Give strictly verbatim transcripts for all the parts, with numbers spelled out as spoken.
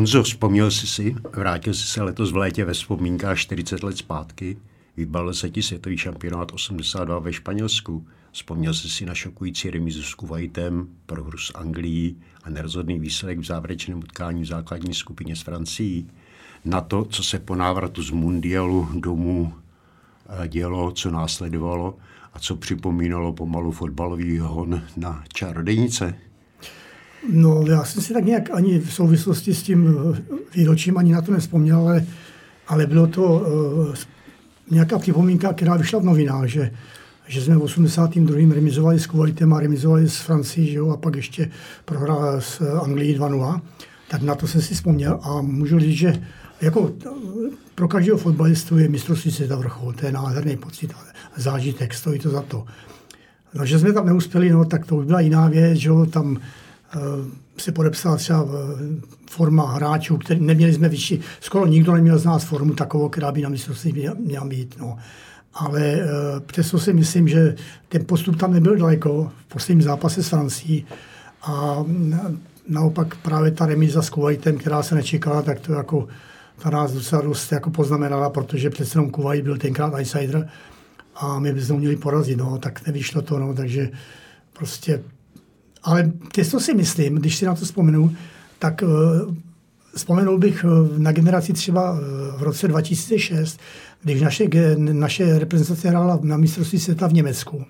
Honzo, vzpomněl jsi si, vrátil jsi se letos v létě ve vzpomínkách čtyřicet let zpátky, vybalil se ti světový šampionát osmdesát dva ve Španělsku, vzpomněl jsi si na šokující remízu s Kuvajtem, prohru s Anglií a nerozhodný výsledek v závěrečném utkání v základní skupině s Francií, na to, co se po návratu z mundialu domů dělo, co následovalo a co připomínalo pomalu fotbalový hon na čarodějnice? No, já jsem si tak nějak ani v souvislosti s tím výročím ani na to nevzpomněl, ale, ale bylo to uh, nějaká připomínka, která vyšla v novinách, že, že jsme v osmdesátém druhém remizovali s Kuvajtem a remizovali s Francií, že jo, a pak ještě prohrála s Anglií dva nula. Tak na to jsem si vzpomněl a můžu říct, že jako pro každého fotbalistu je mistrovství světa vrchol. To je nádherný pocit, zážitek, stojí to za to. No, že jsme tam neuspěli, no, tak to už byla jiná věc, že jo, tam uh, se podepsala třeba forma hráčů, který neměli jsme vyšší, skoro nikdo neměl z nás formu takovou, která by na mistrovství měla být, no. Ale uh, přesto si myslím, že ten postup tam nebyl daleko v posledním zápase s Francií a naopak právě ta remíza s Kuvajtem, která se nečekala, tak to jako ta nás docela dost jako poznamenala, protože přece jenom Kuvajt byl tenkrát insider a my bychom měli porazit, no, tak nevyšlo to, no, takže prostě, ale přesto si myslím, když si na to vzpomenu, tak uh, vzpomenul bych uh, na generaci třeba uh, v roce dva tisíce šest, když naše, naše reprezentace hrála na mistrovství světa v Německu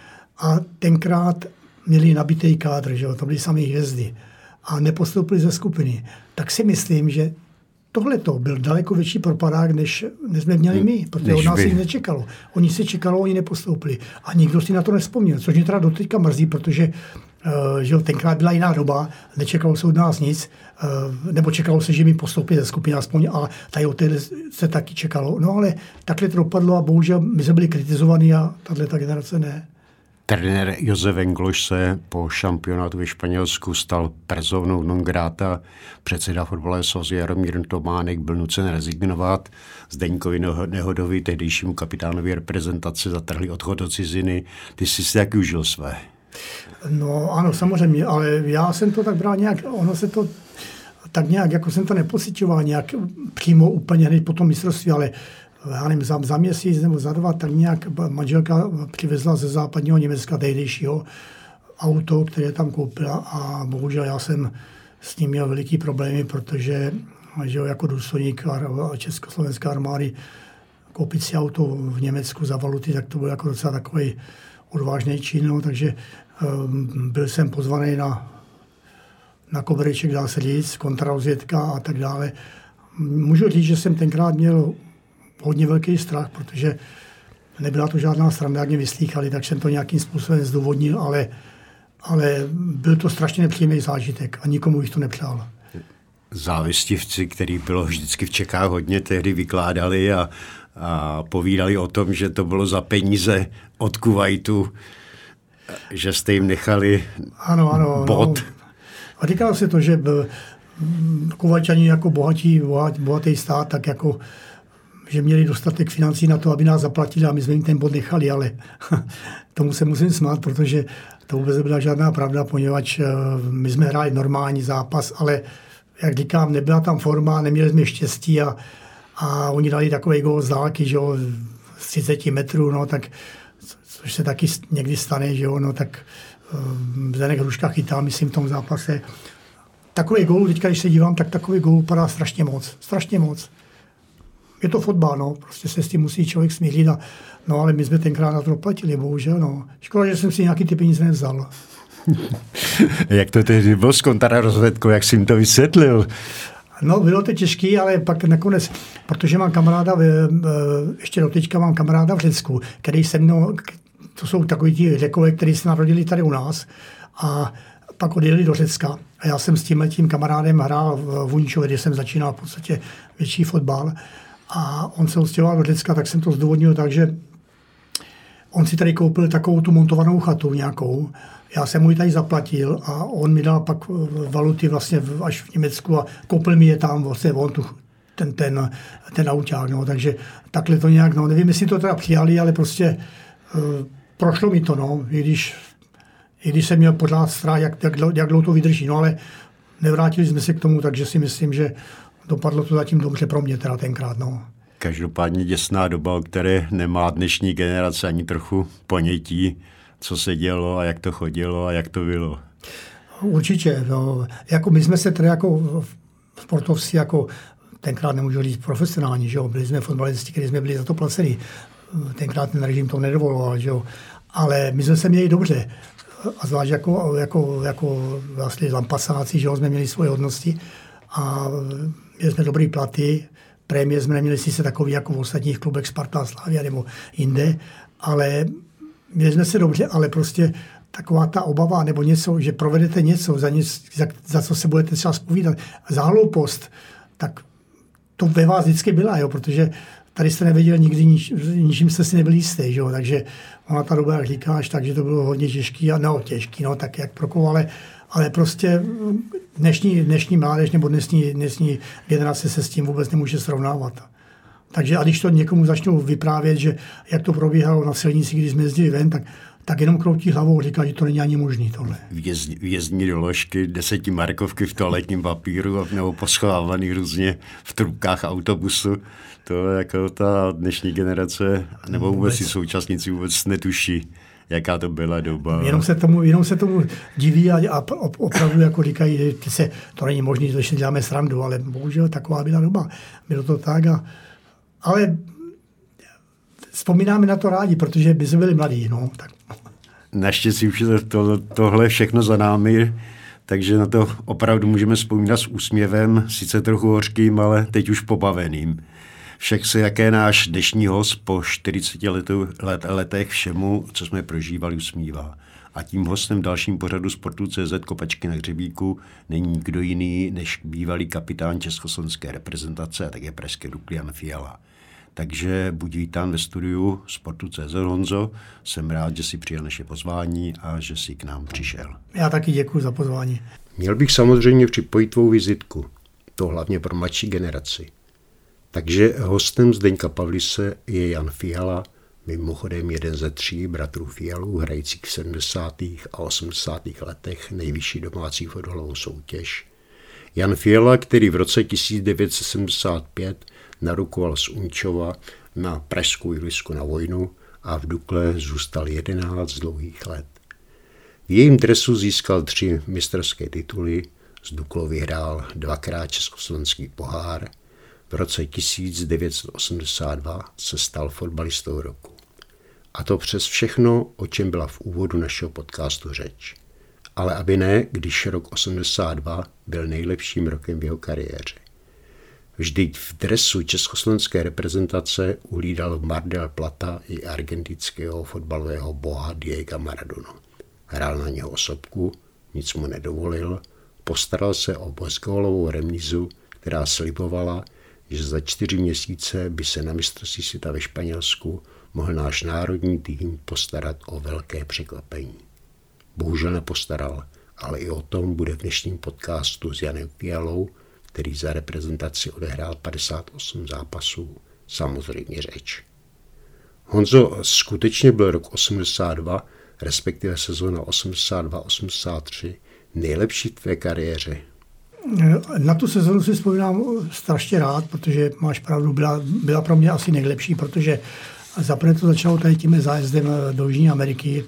a tenkrát měli nabitý kádr, že jo, to byly samé hvězdy a nepostoupili ze skupiny, tak si myslím, že tohleto byl daleko větší propadák, než, než jsme měli my, protože od nás si nečekalo. Oni si čekalo, oni nepostoupili. A nikdo si na to nevzpomněl, což mě teda doteďka mrzí, protože uh, že tenkrát byla jiná doba, nečekalo se od nás nic, uh, nebo čekalo se, že mi postoupí ze skupiny aspoň, ale tady od téhle se taky čekalo. No ale takhle to dopadlo a bohužel my jsme byli kritizovaní a tato generace ne. Trenér Josef Engloš se po šampionátu ve Španělsku stal personou non grata. Předseda fotbalové svazu Jaromír Tománek byl nucen rezignovat. Zdeňkovi Nehodovi, tehdejšímu kapitánovi reprezentace, zatrhli odchod do ciziny. Ty jsi si taky užil své. No ano, samozřejmě, ale já jsem to tak bral nějak, ono se to tak nějak, jako jsem to nepocitoval nějak přímo úplně hned po tom mistrovství, ale já nevím, za, za měsíc nebo za dva, tak nějak manželka přivezla ze západního Německa tehdejšího auto, které tam koupila a bohužel já jsem s ním měl veliký problémy, protože že jako důstojník československé armády koupit si auto v Německu za valuty, tak to byl jako docela takový odvážný čin, no, takže um, byl jsem pozvaný na, na kobereček, dá se říct, kontrarozvědka a tak dále. Můžu říct, že jsem tenkrát měl hodně velký strach, protože nebyla to žádná sranda, jak mě vyslýchali, tak jsem to nějakým způsobem zdůvodnil, ale, ale byl to strašně nepříjemný zážitek a nikomu bych to nepřál. Závistivci, který bylo vždycky v Čechách hodně, tehdy vykládali a, a povídali o tom, že to bylo za peníze od Kuvajtu, že jste jim nechali ano, ano, bod. No. A říkalo se to, že Kuvajťani jako bohatí, bohatý stát, tak jako že měli dostatek financí na to, aby nás zaplatili a my jsme jim ten bod nechali, ale tomu se musím smát, protože to vůbec nebyla žádná pravda, poněvadž my jsme hráli normální zápas, ale jak říkám, nebyla tam forma, neměli jsme štěstí a, a oni dali takový gól z dálky, že jo, z třicet metrů, no tak, což se taky někdy stane, že jo, no tak Zdeněk Hruška chytá, myslím, v tom zápase. Takový gól, teďka, když se dívám, tak takový gól padá strašně moc, strašně moc. Je to fotbal, no, prostě se s tím musí člověk smířit, a, no, ale my jsme tenkrát na to doplatili, bohužel, no. Škoda, že jsem si nějaký ty peníze nevzal. Jak to tehdy bylo s kontrarozvědkou, jak jsi jim to vysvětlil? No, bylo to těžký, ale pak nakonec, protože mám kamaráda, ještě doteďka mám kamaráda v Řecku, který se mnou, to jsou takový ti Řekové, kteří se narodili tady u nás a pak odjeli do Řecka. A já jsem s tímhletím kamarádem hrál v Uničově, kde jsem začínal v podstatě větší fotbal. A on se odstěhoval do Řecka, tak jsem to zdůvodnil tak, že on si tady koupil takovou tu montovanou chatu nějakou. Já jsem mu ji tady zaplatil a on mi dal pak valuty vlastně až v Německu a koupil mi je tam vlastně on tu, ten, ten, ten auták. No. Takže takhle to nějak, no, nevím, jestli to teda přijali, ale prostě uh, prošlo mi to, no, i když, i když jsem měl pořád strach, jak, jak, jak dlouho to vydrží. No ale nevrátili jsme se k tomu, takže si myslím, že dopadlo to zatím dobře pro mě teda tenkrát. No. Každopádně děsná doba, o které nemá dnešní generace ani trochu ponětí, co se dělo a jak to chodilo a jak to bylo. Určitě. No, jako my jsme se tedy jako sportovci, jako tenkrát nemůžu říct profesionální, že jo? Byli jsme fotbalisti, kteří jsme byli za to placení. Tenkrát ten režim to nedovoloval, že jo? Ale my jsme se měli dobře. A zvlášť jako, jako, jako vlastně lampasáci, že jo? Jsme měli svoje hodnosti a měli jsme dobrý platy. Prémie jsme neměli sice takový jako v ostatních klubech Sparta, Slavia nebo jinde, ale měli jsme se dobře, ale prostě taková ta obava nebo něco, že provedete něco, za, něco, za, za co se budete třeba zpovídat, za hloupost, tak to ve vás vždycky byla, jo, protože tady jste nevěděl nikdy, nič, ničím jste si nebyli jistý, jo, takže ona ta doba, jak říkáš, takže to bylo hodně těžký, a no těžký, no, tak jak pro koho, ale, ale prostě dnešní, dnešní mládež nebo dnešní, dnešní generace se s tím vůbec nemůže srovnávat. Takže a když to někomu začnou vyprávět, že jak to probíhalo na silnici, když jsme jezdili ven, tak tak jenom kroutí hlavou, říká, že to není ani možný tohle. Vězdní doložky, desetimarkovky v toaletním papíru nebo poschovávaný různě v trubkách autobusu. To jako ta dnešní generace, nebo vůbec i současníci vůbec netuší, jaká to byla doba. Jenom se tomu, jenom se tomu diví a, a opravdu jako říkají, že se, to není možný, že si děláme srandu, ale bohužel taková byla doba. Bylo to tak. A, ale vzpomínáme na to rádi, protože by jsme byli mladí. No, tak. Naštěstí už je to, tohle všechno za námi, takže na to opravdu můžeme vzpomínat s úsměvem, sice trochu hořkým, ale teď už pobaveným. Však se jaké náš dnešní host po čtyřiceti letu, let, letech všemu, co jsme prožívali, usmívá. A tím hostem v dalším pořadu Sportu tečka cé zet Kopačky na hřebíku není nikdo jiný než bývalý kapitán československé reprezentace a také pražské Dukly Jan Fiala. Takže buď vítán ve studiu Sportu tečka cé zet, Honzo. Jsem rád, že jsi přijal naše pozvání a že jsi k nám přišel. Já taky děkuji za pozvání. Měl bych samozřejmě připojit tvou vizitku. To hlavně pro mladší generaci. Takže hostem Zdeňka Pavlise je Jan Fiala, mimochodem jeden ze tří bratrů Fialů, hrajících v sedmdesátých a osmdesátých letech nejvyšší domácí fotbalovou soutěž. Jan Fiala, který v roce tisíc devět set sedmdesát pět narukoval z Unčova na pražskou Jihlisku na vojnu a v Dukle zůstal jedenáct dlouhých let. V jejím dresu získal tři mistrovské tituly, s Duklou vyhrál dvakrát československý pohár, v roce tisíc devět set osmdesát dva se stal fotbalistou roku. A to přes všechno, o čem byla v úvodu našeho podcastu řeč. Ale aby ne, když rok osmdesát dva byl nejlepším rokem v jeho kariéře. Vždyť v dresu československé reprezentace uhlídal Mar del Plata i argentinského fotbalového boha Diego Maradona. Hrál na něho osobku, nic mu nedovolil, postaral se o bezgólovou remízu, která slibovala, že za čtyři měsíce by se na mistrovství světa ve Španělsku mohl náš národní tým postarat o velké překvapení. Bohužel nepostaral, ale i o tom bude v dnešním podcastu s Janem Fialou, který za reprezentaci odehrál padesát osm zápasů, samozřejmě řeč. Honzo, skutečně byl rok osmdesát dva, respektive sezóna osmdesát dva osmdesát tři, nejlepší v tvé kariéře? Na tu sezónu si vzpomínám strašně rád, protože máš pravdu, byla, byla pro mě asi nejlepší, protože zaprvé to začalo tady tím zájezdem do Jižní Ameriky.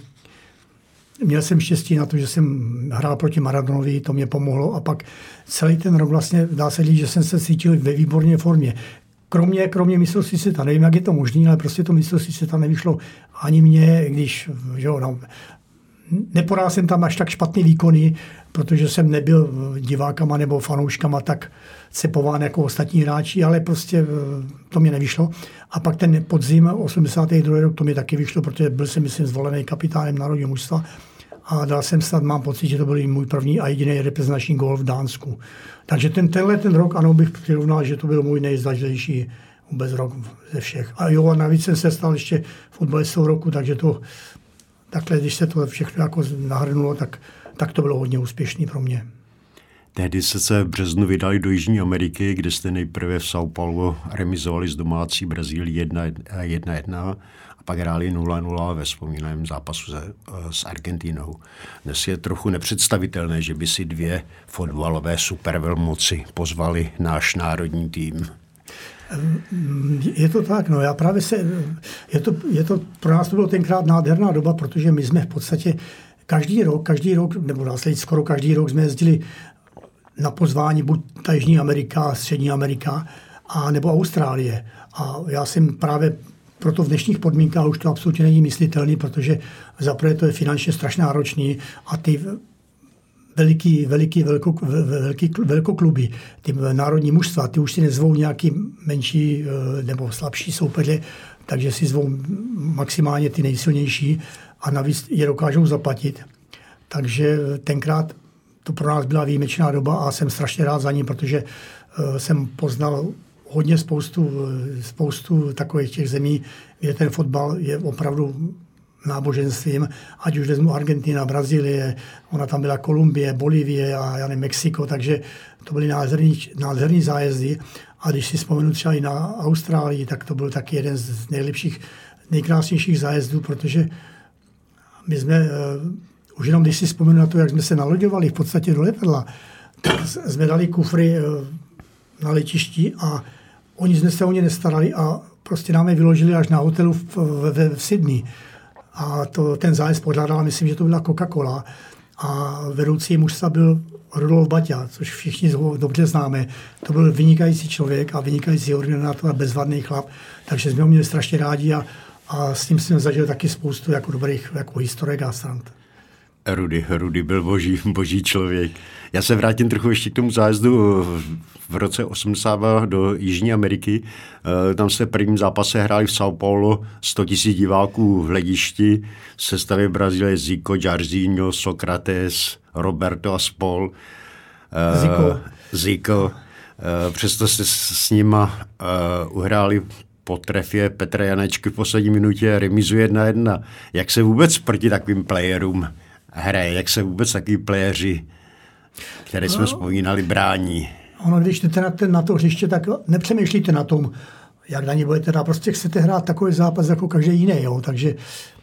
Měl jsem štěstí na to, že jsem hrál proti Maradonovi, to mě pomohlo a pak celý ten rok vlastně dá se říct, že jsem se cítil ve výborné formě. Kromě, kromě mistrovství světa, nevím, jak je to možné, ale prostě to mistrovství světa nevyšlo ani mě, když, že jo, no, nepodal jsem tam až tak špatný výkony, protože jsem nebyl divákama nebo fanouškama tak cepován jako ostatní hráči, ale prostě to mě nevyšlo. A pak ten podzim osmdesátý druhý rok to mi taky vyšlo, protože byl jsem, myslím, zvolený kapitánem národního mužstva a dal jsem snad, mám pocit, že to byl můj první a jediný reprezentační gól v Dánsku. Takže ten, tenhle ten rok, ano, bych přirovnal, že to byl můj nejzdařilejší vůbec rok ze všech. A jo, a navíc jsem se stal ještě fotbalistou roku, takže to takhle, když se to všechno jako nahrnulo, tak, tak to bylo hodně úspěšný pro mě. Tehdy se se v březnu vydali do Jižní Ameriky, kde jste nejprve v São Paulo remizovali s domácí Brazílií jedna jedna a pak hráli nula nula ve vzpomínaném zápasu se, s Argentínou. Dnes je trochu nepředstavitelné, že by si dvě fotbalové supervelmoci pozvali náš národní tým. Je to tak, no já právě se, je to, je to, pro nás to bylo tenkrát nádherná doba, protože my jsme v podstatě každý rok, každý rok, nebo následně skoro každý rok jsme jezdili na pozvání buď ta Jižní Amerika, Střední Amerika, a nebo Austrálie. A já jsem právě proto v dnešních podmínkách už to absolutně není myslitelný, protože zaprvé to je finančně strašně náročný a ty veliký, veliký, velko, velký, velkokluby, ty národní mužstva, ty už si nezvou nějaký menší nebo slabší soupeře, takže si zvou maximálně ty nejsilnější a navíc je dokážou zaplatit. Takže tenkrát to pro nás byla výjimečná doba a jsem strašně rád za ní, protože jsem poznal hodně spoustu, spoustu takových těch zemí, kde ten fotbal je opravdu náboženstvím, ať už vezmu Argentina, Brazílie, ona tam byla Kolumbie, Bolívie a já nevím, Mexiko, takže to byly nádherný, nádherný zájezdy. A když si vzpomenu třeba i na Austrálii, tak to byl taky jeden z nejlepších, nejkrásnějších zájezdů, protože my jsme, uh, už jenom když si vzpomenu na to, jak jsme se naloďovali v podstatě do letadla, tak jsme dali kufry uh, na letišti a oni jsme se o ně nestarali a prostě nám je vyložili až na hotelu v, v, v Sydney. A to, ten zájezd pořádala, myslím, že to byla Coca-Cola a vedoucí mužstva byl Rudolf Baťa, což všichni dobře známe. To byl vynikající člověk a vynikající organizátor a bezvadný chlap, takže jsme ho měli strašně rádi a, a s tím jsem zažil taky spoustu jako dobrých jako historek a strand. Rudy, Rudy byl boží, boží člověk. Já se vrátím trochu ještě k tomu zájezdu v roce osmdesát dva do Jižní Ameriky. Tam se v prvním zápase hráli v São Paulo, sto tisíc diváků v hledišti, v sestavě Brazílie Zico, Jairzinho, Sokrates, Roberto a spol. Zico. Zico. Přesto se s nima uhráli po trefě Petra Janečky v poslední minutě remizu jedna jedna. Jak se vůbec proti takovým playerům hraje? Jak se vůbec takový playeři, které jsme no, vzpomínali, brání? Ono, když jdete na, ten, na to hřiště, tak nepřemýšlíte na tom, jak na ně budete hrát. Prostě chcete hrát takový zápas jako každý jiný. Jo? Takže,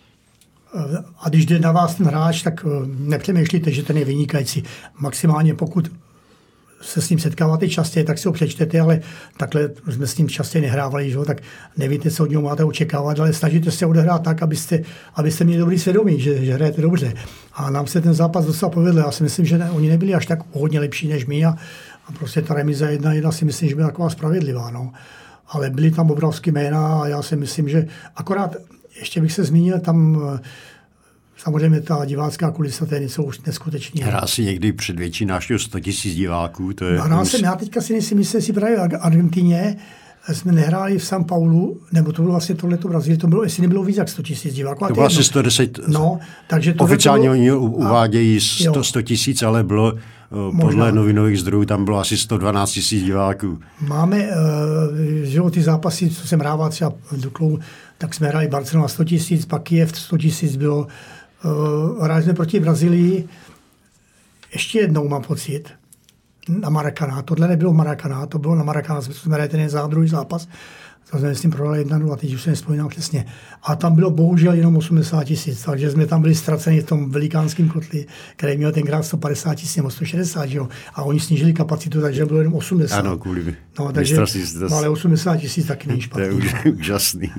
a když jde na vás ten hráč, tak nepřemýšlíte, že ten je vynikající. Maximálně pokud se s ním setkáváte častěji, tak si ho přečtete, ale takhle jsme s ním častěji nehrávali, že? Tak nevíte, co od něho máte očekávat, ale snažíte se odehrát tak, abyste, abyste měli dobrý svědomí, že, že hrajete dobře. A nám se ten zápas docela povedl. Já si myslím, že ne, oni nebyli až tak hodně lepší než my a, a prostě ta remiza jedna jedna si myslím, že byla taková spravedlivá. No. Ale byly tam obrovské jména a já si myslím, že akorát ještě bych se zmínil tam. Samozřejmě ta divácká kulisa, to je něco už neskutečného. Hrá si někdy před větší návštěvou sto tisíc diváků. To je Hrál jsem, já teďka si nejsem myslím, si právě v Argentíně jsme nehráli v São Paulu, nebo to bylo vlastně tohleto Brazílie, to bylo, jestli nebylo víc jak sto tisíc diváků. To bylo asi sto deset. No, takže oficiálně bylo, oni uvádějí sto tisíc, ale bylo možná. Podle novinových zdrojů tam bylo asi sto dvanáct tisíc diváků. Máme, že ty zápasy, co jsem hrával třeba v Duklu, tak jsme hráli Barcelona sto tisíc, pak Kyjev sto tisíc bylo. Uh, hráli jsme proti Brazílii ještě jednou, mám pocit, na Maracaná. Tohle nebylo Maracaná, to bylo na Maracaná, jsme hráli ten za druhý zápas. To jsme s tím prodali jedna nula, teď už se nespomínám přesně. A tam bylo bohužel jenom osmdesát tisíc, takže jsme tam byli ztraceni v tom velikánském kotli, který měl tenkrát sto padesát tisíc nebo sto šedesát, jo? A oni snížili kapacitu, takže bylo jenom osmdesát. Ano, kvůli no, takže, no, ale osmdesát tisíc taky není špatný. To je úžasný.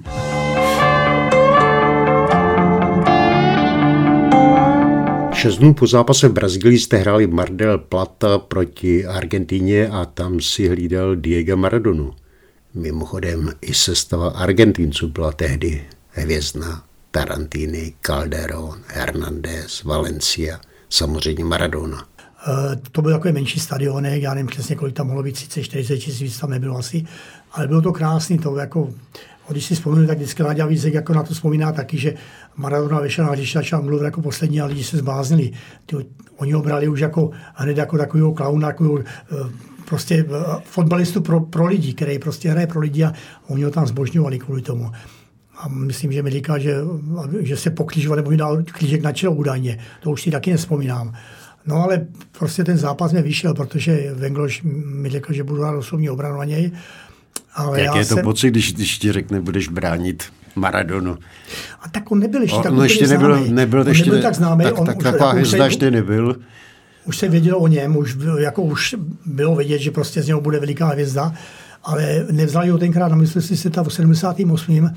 Šest dnů po zápase v Brazílii jste hráli Mar del Plata proti Argentíně a tam si hlídal Diego Maradonu. Mimochodem i sestava Argentinců byla tehdy hvězdná. Tarantini, Calderón, Hernández, Valencia, samozřejmě Maradona. Uh, to byl takový menší stadionek, já nevím přesně, kolik tam mohlo být, třicet čtyřicet tisíc, víc tam nebylo asi, ale bylo to krásný, to jako, když si vzpomenu, tak vždycky Láďa Vízek jako na to vzpomíná taky, že Maradona vyšel na hřiště a začal mluvit jako poslední a lidi se zbláznili. Ty, oni ho brali už jako, hned jako takového klauna, takového uh, prostě uh, fotbalistu pro, pro lidi, který prostě hraje pro lidi a oni ho tam zbožňovali kvůli tomu. A myslím, že mi říká, že, že se poklížoval nebo mi dal klížek na čelo údajně. To už si taky nevzpomínám. No ale prostě ten zápas mě vyšel, protože Vengloš mi řekl, že budu hrát osobní obranu na něj. Ale jak je to jsem... pocit, když, když ti řekne, budeš bránit Maradonu? A tak on nebyl ještě on, tak on ještě nebyl, známý. nebyl, on ještě nebyl tak známý. Tak, on tak už, taková hvězda už, ještě nebyl. Už se vědělo o něm, už, jako už bylo vidět, že prostě z něho bude veliká hvězda, ale nevzali ho tenkrát na mistrovství světa v sedmdesátém osmém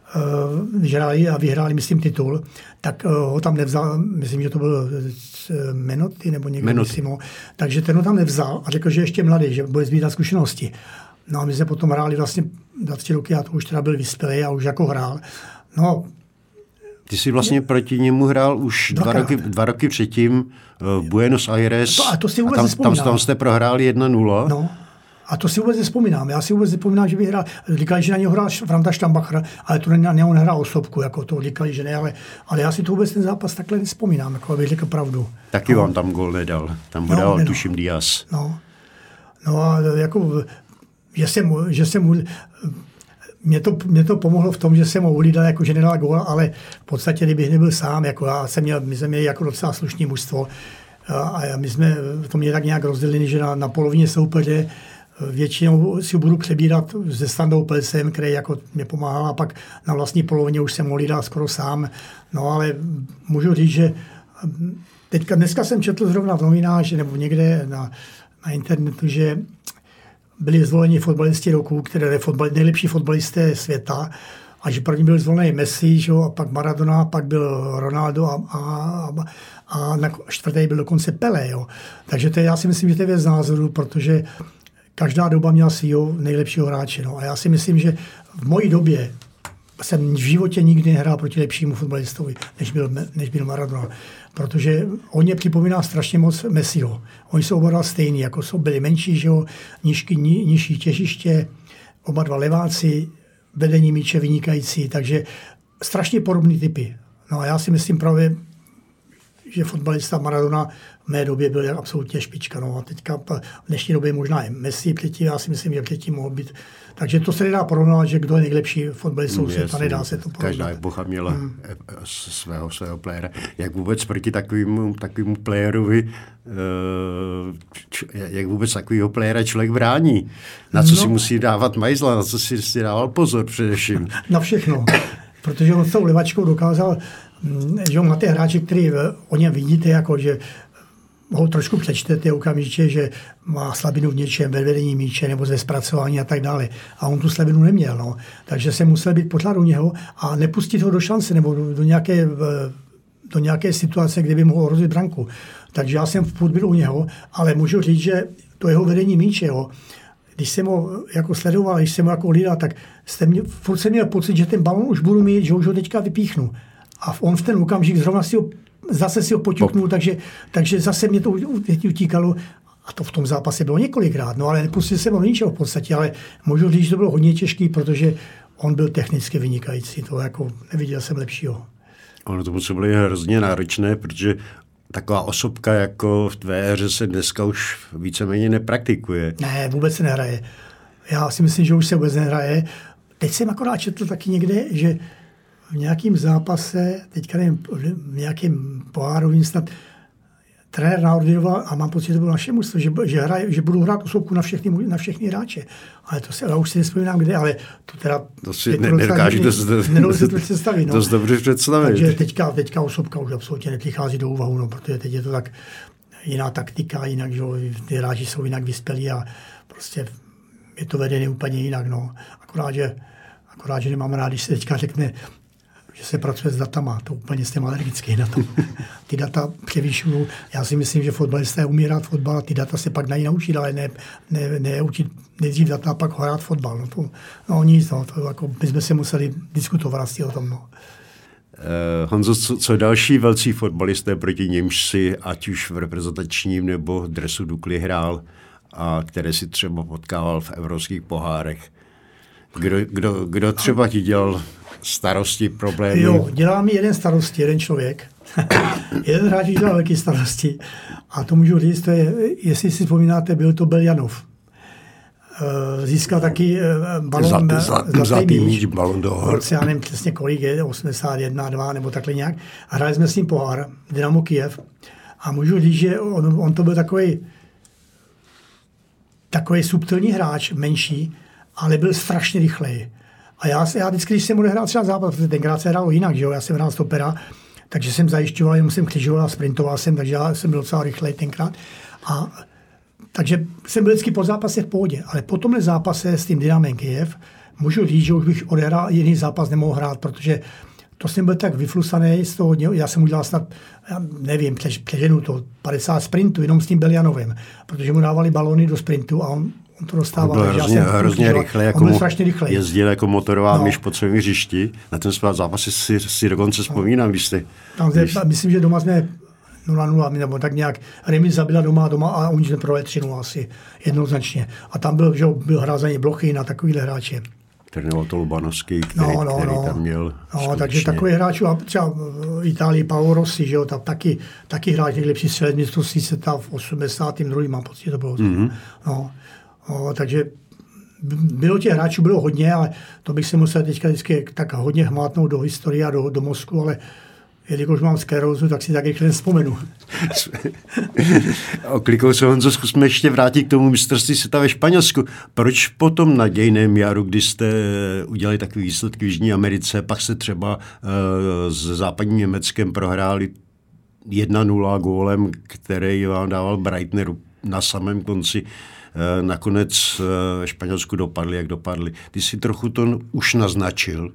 vyhráli a vyhráli, myslím, titul, tak ho tam nevzal, myslím, že to byl Menotti nebo někdo, myslím, takže ten ho tam nevzal a řekl, že ještě mladý, že bude sbírat zkušenosti. No a my jsme potom hráli vlastně za tři roky a to už teda byl vyspělý a už jako hrál. No, ty jsi vlastně proti němu hrál už dva roky, dva roky předtím v Buenos Aires. To, a to si vůbec a tam, tam, tam jste prohráli jedna nula. No. A to si vůbec nespomínám. Já si vůbec nepomínám, že by hrál. Říkali, že na něho hrál Franta Štambacher, ale to na něho nehrál osobku, jako to říkali, že ne, ale, ale já si to vůbec ten zápas takhle nespomínám, jako abych řekl pravdu. Taky no. vám tam gól nedal. Tam ho no, dal, no. tuším, Díaz. No. No a jako, že jsem, že jsem Mě to, mě to pomohlo v tom, že jsem ho ulídal, jako že nedal gól, ale v podstatě, kdybych nebyl sám, jako já jsem měl, my jsme měli jako docela slušný mužstvo a my jsme to měli tak nějak rozdělili, že na, na polovině soupeře většinou si budu přebírat se Standou Pelcem, který jako mě pomáhal a pak na vlastní polovině už jsem ho ulídal skoro sám. No ale můžu říct, že teďka, dneska jsem četl zrovna v novinách, nebo někde na, na internetu, že byli zvoleni fotbalisti roku, které fotbal, nejlepší fotbalisté světa, a že první byl zvolený Messi, že, a pak Maradona, pak byl Ronaldo a, a, a na čtvrtý byl dokonce Pelé. Jo. Takže to je, já si myslím, že to je věc názoru, protože každá doba měla svýho nejlepšího hráče. No. A já si myslím, že v mojí době jsem v životě nikdy nehrál proti lepšímu fotbalistovi, než byl, než byl Maradona. Protože on mě připomíná strašně moc Messiho. Oni jsou oba dva stejní, jako jsou, byli menší, že jo, nížky, ní, nižší těžiště, oba dva leváci, vedení míče vynikající, takže strašně podobný typy. No a já si myslím právě, že fotbalista Maradona v mé době byl absolutně špička. No a teďka v dnešní době možná je Messi předtím, já si myslím, že předtím mohl být. Takže to se nedá porovnat, že kdo je nejlepší fotbalista světa, nedá se to porovnat. Každá epocha měla hmm. svého, svého playera. Jak vůbec proti takovému, takovému playerovi, jak vůbec takového playera člověk brání? Na co no. si musí dávat majzla, na co si, si dával pozor především? Na všechno. Protože on s tou levačkou dokázal, že on má ty hráči, který o něm vidíte, jako že ho trošku přečtete okamžitě, že má slabinu v něčem, ve vedení míče nebo ze zpracování a tak dále. A on tu slabinu neměl. No. Takže se musel být pořád u něho a nepustit ho do šance nebo do, do, nějaké, do nějaké situace, kde by mohl ohrozit branku. Takže já jsem v byl u něho, ale můžu říct, že to jeho vedení míče, jo, když jsem ho jako sledoval, když jsem ho jako hlídal, tak jste mě, furt jsem měl pocit, že ten balon už budu mít, že už ho teďka vypíchnu. A on v ten okamžik zrovna si ho, zase si ho poťuknul, takže, takže zase mě to utíkalo. A to v tom zápase bylo několikrát. No ale nepustil jsem ho ničeho v podstatě, ale můžu říct, že to bylo hodně těžký, protože on byl technicky vynikající. To jako neviděl jsem lepšího. Ono to muselo být hrozně náročné, protože taková osobka jako v tvé éře se dneska už víceméně nepraktikuje. Ne, vůbec se nehraje. Já si myslím, že už se vůbec nehraje. Teď jsem akorát četl taky někde, že v nějakém zápase, teďka nevím, v nějakém pohárovým snad, trenér naordinoval, a mám pocit, že to bylo naše mužstvo, že, že, hraje, že budou hrát osobku na všechny, na všechny hráče. Ale to se, já už si nespomínám kde, ale to teda... To si ne, nedokážu to představit. No. To si dobře představit. Takže teďka, teďka osobka už absolutně nepřichází do úvahu, no, protože teď je to tak jiná taktika, jinak, že ty hráči jsou jinak vyspělí a prostě je to vedené úplně jinak. No. Akorát, že, akorát, že nemám rád, když se teďka řekne, že se pracuje s datama, to úplně jsem alergický na to. Ty data převýšují. Já si myslím, že fotbalista umí hrát fotbal a ty data se pak dají naučit, ale ne, ne, ne učit nejdřív data a pak hrát fotbal. No, to, no nic, no, to jako, my jsme se museli diskutovat s tím o tom. No. Uh, Honzo, co, co další velcí fotbalisté, proti němž si ať už v reprezentačním nebo dresu Dukly hrál a které si třeba potkával v evropských pohárech? Kdo, kdo, kdo třeba ti dělal starosti, problémy? Jo, dělá mi jeden starosti, jeden člověk. jeden hráč dělal velký starosti. A to můžu říct, to je, jestli si vzpomínáte, byl to Beljanov. Získal taky balon, Zlat, zlat, zlatý míč, balon do hor. Já nevím přesně kolik je, osmdesát jedna, dva nebo takhle nějak. A hráli jsme s ním pohár, Dynamo Kyjev. A můžu říct, že on, on to byl takový takový subtilní hráč, menší, ale byl strašně rychlej. A já, já vždycky, když jsem odehrál třeba zápas, protože tenkrát se hrálo jinak, že jo? Já jsem hrál stopera, takže jsem zajišťoval, jenom jsem křižoval a sprintoval jsem, takže já jsem byl docela rychlej tenkrát. A takže jsem byl vždycky po zápase v pohodě, ale po tomhle zápase s tím Dynamem Kyjev můžu říct, že už bych odehrál jiný zápas nemohl hrát, protože to jsem byl tak vyflusaný z toho, já jsem udělal snad, já nevím, přeženu to, padesát sprintů, jenom s tím Beljanovem, protože mu dávali balony do sprintu a on, on to dostával. On byl hrozně, hrozně rychle, jako on strašně rychle. Jezdil jako motorová no. myš po celém hřišti. Na ten svát zápas si, si dokonce vzpomínám, no. když jste... Tam když... Myslím, že doma jsme nula nula, nebo tak nějak remiza byla doma doma a oni jsme prohráli tři nula asi jednoznačně. A tam byl, že byl hrázený Blochy na takovýhle hráče. Trénoval to Lubanovský, který, no, no, který no. tam měl. No, takže takový hráč, a třeba v Itálii Paolo Rossi, že jo, tam taky, taky hráč někde při střelet mistrovství světa v osmdesátém druhém mám pocit, to bylo. Mm-hmm. No, no, takže bylo těch hráčů bylo hodně, ale to bych se musel teďka vždycky tak hodně hmátnout do historie a do, do mozku, ale jelikož mám sklerózu, tak si tak rychle nevzpomenu. Oklikou se, Honzo, zkusme ještě vrátit k tomu mistrovství světa ve Španělsku. Proč po tom nadějném jaru, kdy jste udělali takový výsledky v Jižní Americe, pak se třeba uh, s západním Německem prohráli jedna nula gólem, který vám dával Breitner na samém konci, uh, nakonec uh, ve Španělsku dopadli, jak dopadli. Ty si trochu to už naznačil.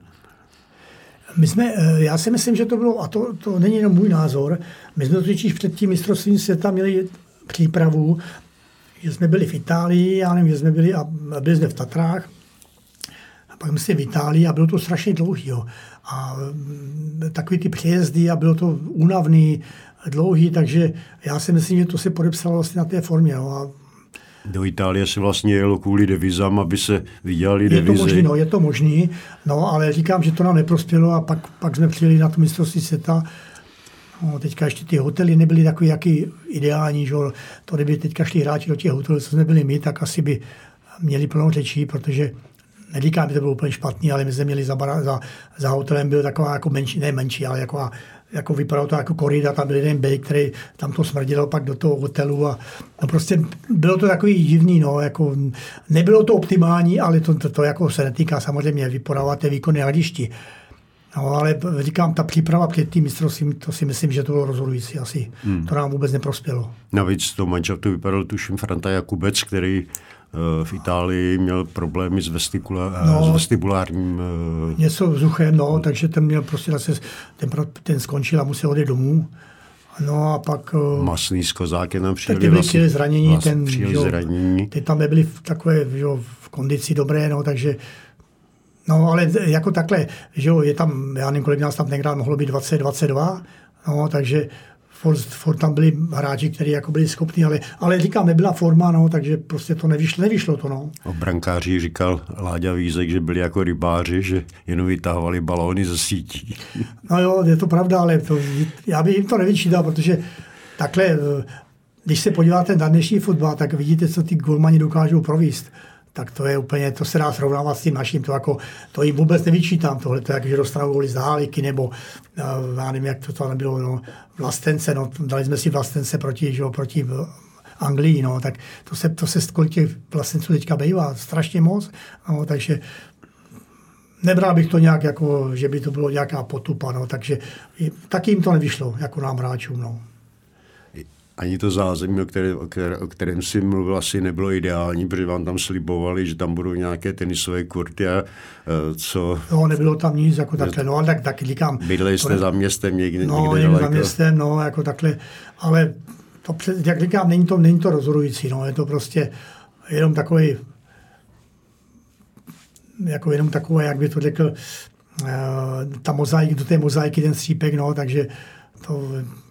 My jsme, já si myslím, že to bylo, a to, to není jenom můj názor, my jsme totiž před tím mistrovstvím světa měli přípravu, že jsme byli v Itálii, já nevím, že jsme byli, a byli jsme v Tatrách, a pak jsme v Itálii a bylo to strašně dlouhý. Jo. A takový ty přejezdy a bylo to únavný, dlouhý, takže já si myslím, že to se podepsalo vlastně na té formě. Jo. A do Itálie se vlastně jelo kvůli devizám, aby se vydělali devizy. Je to možný, no, je to možný, no, ale říkám, že to nám neprospělo a pak, pak jsme přijeli na to mistrovství světa. No, teďka ještě ty hotely nebyly takový jaký ideální, že to kdyby teďka šli hráči do těch hotelů, co jsme byli my, tak asi by měli plnou řečí, protože neříkám, že to bylo úplně špatný, ale my jsme měli za, za, za hotelem byl taková jako menší, ne menší, ale jako, jako vypadalo to jako korida, tam byl jeden bejk, který tam to smrdilo pak do toho hotelu a no prostě bylo to takový divný, no, jako nebylo to optimální, ale to, to, to jako se netýká samozřejmě vypodávat ty výkony na hřišti. No, ale říkám, ta příprava před tím mistrovstvím, to si myslím, že to bylo rozhodující asi. Hmm. To nám vůbec neprospělo. Navíc to manšaftu vypadal tuším Franta Jakubec, který v Itálii měl problémy s, vestibula, no, s vestibulárním... Něco vzduchem, no, takže ten měl prostě zase, ten, ten skončil a musel odejít domů. No a pak... Masný s Kozákem nám přijeli. Tak ty byli vlastně, zranění, vlastně ten, přijeli zranění. Ty tam nebyli v takové, jo, v kondici dobré, no, takže... No, ale jako takhle, že jo, je tam, já nevím, kolik nás tam tenkrát mohlo být dvacet, dvacet dva, no, takže furt, furt tam byli hráči, kteří jako byli schopní, ale, ale říkám, nebyla forma, no, takže prostě to nevyšlo, nevyšlo to, no. O brankáři říkal Láďa Vízek, že byli jako rybáři, že jenom vytahovali balóny ze sítí. No jo, je to pravda, ale to, já bych jim to nevyčítal, protože takhle, když se podíváte na dnešní fotbal, tak vidíte, co ty golmani dokážou provést. Tak to je úplně, to se dá srovnávat s tím naším, to, jako, to jim vůbec nevyčítám, tohle, to jak, že dostanou góly z dálky, nebo já nevím, jak to tam bylo, no, Vlastence, no, dali jsme si Vlastence proti, že, proti Anglii, no, tak to se, to se kolik těch Vlastenců teďka bývá, strašně moc, no, takže nebral bych to nějak, jako, že by to bylo nějaká potupa, no, takže taky jim to nevyšlo, jako nám hráčům, no. Ani to zázemí, o, které, o, které, o kterém si mluvil, asi nebylo ideální, protože vám tam slibovali, že tam budou nějaké tenisové kurty a co... No, nebylo tam nic, jako takhle, no, ale tak, tak říkám... Bydleli jste ne... za městem někde, no, někde daleko. za městem, no, jako takhle, ale to, jak říkám, není to, není to rozhodující, no, je to prostě jenom takový, jako jenom takové, jak by to řekl, ta mozaik, do té mozaiky ten střípek, no, takže to...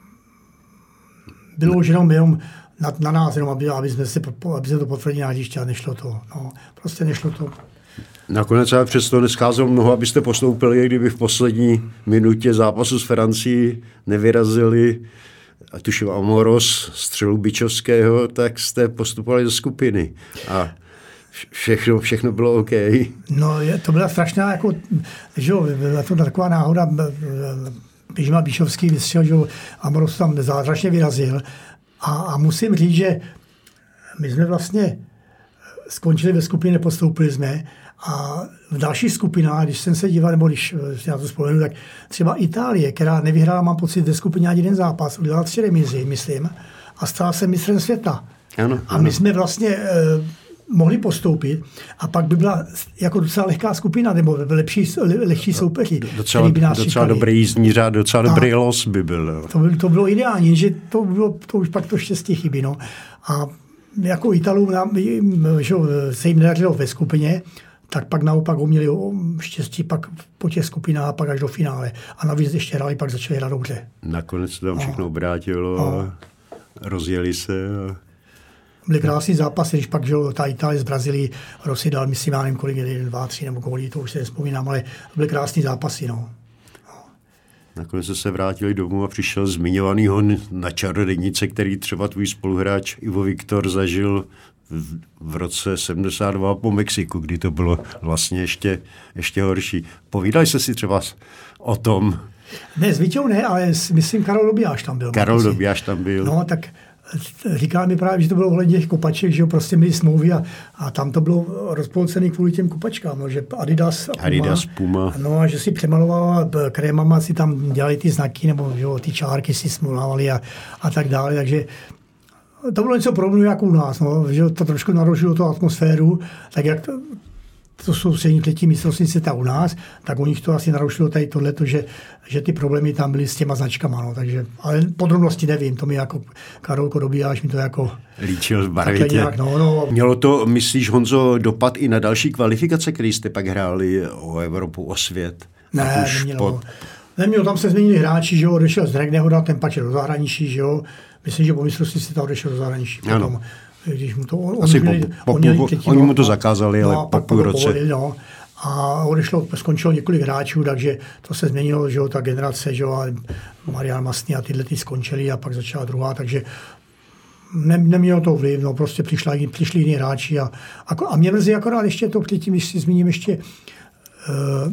Bylo už jenom, jenom na, na nás, jenom aby, aby, jsme si, aby jsme to potvrdili na hřiště a nešlo to. No, prostě nešlo to. Nakonec ale přesto nescházelo mnoho, abyste postoupili, kdyby v poslední minutě zápasu s Francií nevyrazili, a tuším Amoros, střelu Bičovského, tak jste postupovali do skupiny. A všechno, všechno bylo OK. No, je, to byla strašná, jako, že jo, byla to taková náhoda. Běžma Bíšovský vystřel, že Amoros tam zázračně vyrazil. A, a musím říct, že my jsme vlastně skončili ve skupině, nepostoupili jsme. A v dalších skupinách, když jsem se díval, nebo když si na to vzpomenu, tak třeba Itálie, která nevyhrála, mám pocit, ve skupině ani jeden zápas, udělala tři remízy, myslím, a stala se mistrem světa. Ano, a my jsme vlastně eh, mohli postoupit a pak by byla jako docela lehká skupina, nebo lepší, le, lehčí soupeři. Docela, by nás docela dobrý jízdní řád, docela a dobrý los by byl. To, by, to bylo ideální, že to, bylo, to už pak to štěstí chybí. No. A jako Italům že se jim nedařilo ve skupině, tak pak naopak ho měli štěstí pak po těch skupinách a pak až do finále. A navíc ještě hráli, pak začali hrát dobře. Nakonec se tam všechno obrátilo a rozjeli se. A... Byly krásný zápasy, když pak že, ta Itálie z Brazílii Rossi dal, myslím, já nevím, kolik jeden, dva, tři nebo kolik, to už se nespomínám, ale byly krásný zápasy. No. Nakonec se vrátili domů a přišel zmiňovaný hon na čarodějnice, který třeba tvůj spoluhráč Ivo Viktor zažil v, v roce sedmdesát dva po Mexiku, kdy to bylo vlastně ještě, ještě horší. Povídali jsi si třeba o tom? Ne, s Víťou ne, ale myslím, Karol Dobijáš tam byl. Karol Dobijáš tam byl. No, tak říkal mi právě, že to bylo ohledně těch kopaček, že jo, prostě měli smlouvy a, a tam to bylo rozpolcený kvůli těm kopačkám, no, že Adidas a Puma, Adidas, Puma. No a že si přemaloval krémama, si tam dělali ty znaky, nebo že jo, ty čárky si smolávali a, a tak dále, takže to bylo něco podobného jako u nás, no, že to trošku narušilo tu atmosféru, tak jak to, to jsou střední třetí mistrovství světa u nás, tak u nich to asi narušilo tady tohleto, že, že ty problémy tam byly s těma značkama. No, takže, ale podrobnosti nevím, to mi jako Karolko Dobijáš mi to jako... Líčil v barvitě. No, no. Mělo to, myslíš, Honzo, dopad i na další kvalifikace, které jste pak hráli o Evropu, o svět? Ne, nemělo. Pod... Nemělo, tam se změnili hráči, že jo, odešel z Regnehoda, ten pak do zahraničí, že jo. Myslím, že po mistrovství světa odešel do zahraničí. Potom. Když mu to, on, Asi měli, po, po, po, třetí, oni mu to zakázali, no, ale po půl roce. Povolili, no. A odešlo, skončilo několik hráčů, takže to se změnilo, že jo, ta generace, že jo, a Marian Masný a tyhle ty skončili a pak začala druhá, takže ne, nemělo to vliv, no, prostě přišla, přišli jiní hráči a, a, a mě mrzí akorát ještě to, předtím, když si zmíním ještě uh,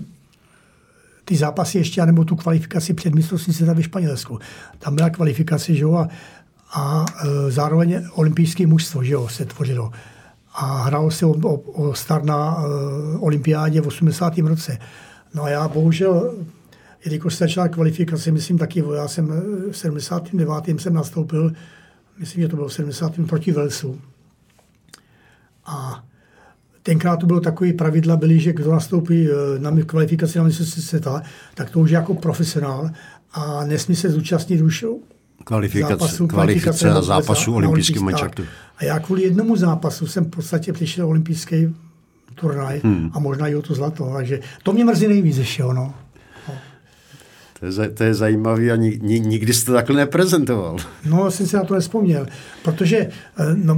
ty zápasy ještě, nebo tu kvalifikaci před mistrovstvím světa ve Španělsku. Tam byla kvalifikace, že jo, a a e, zároveň olympijské mužstvo, že jo, se tvořilo. A hrálo se o, o, o start na e, olympiádě v osmdesátém roce. No a já bohužel, jelikož se začala kvalifikace, myslím taky, já jsem v sedmdesátém devátém jsem nastoupil, myslím, že to bylo v sedmdesátém proti Walesu. A tenkrát to bylo takové pravidla, byly, že kdo nastoupí na kvalifikaci na mistrovství světa, tak to už je jako profesionál a nesmí se zúčastnit už Kvalifikace, zápasu, kvalifikace a zápasu olympijským mančartu. A já kvůli jednomu zápasu jsem v podstatě přišel olympijský turnaj hmm. a možná i o to zlato. Takže to mě mrzí nejvíc ještě, no. no. To je, to je zajímavý a nikdy, nikdy jsi to takhle neprezentoval. No, jsem si na to nevzpomněl, protože no,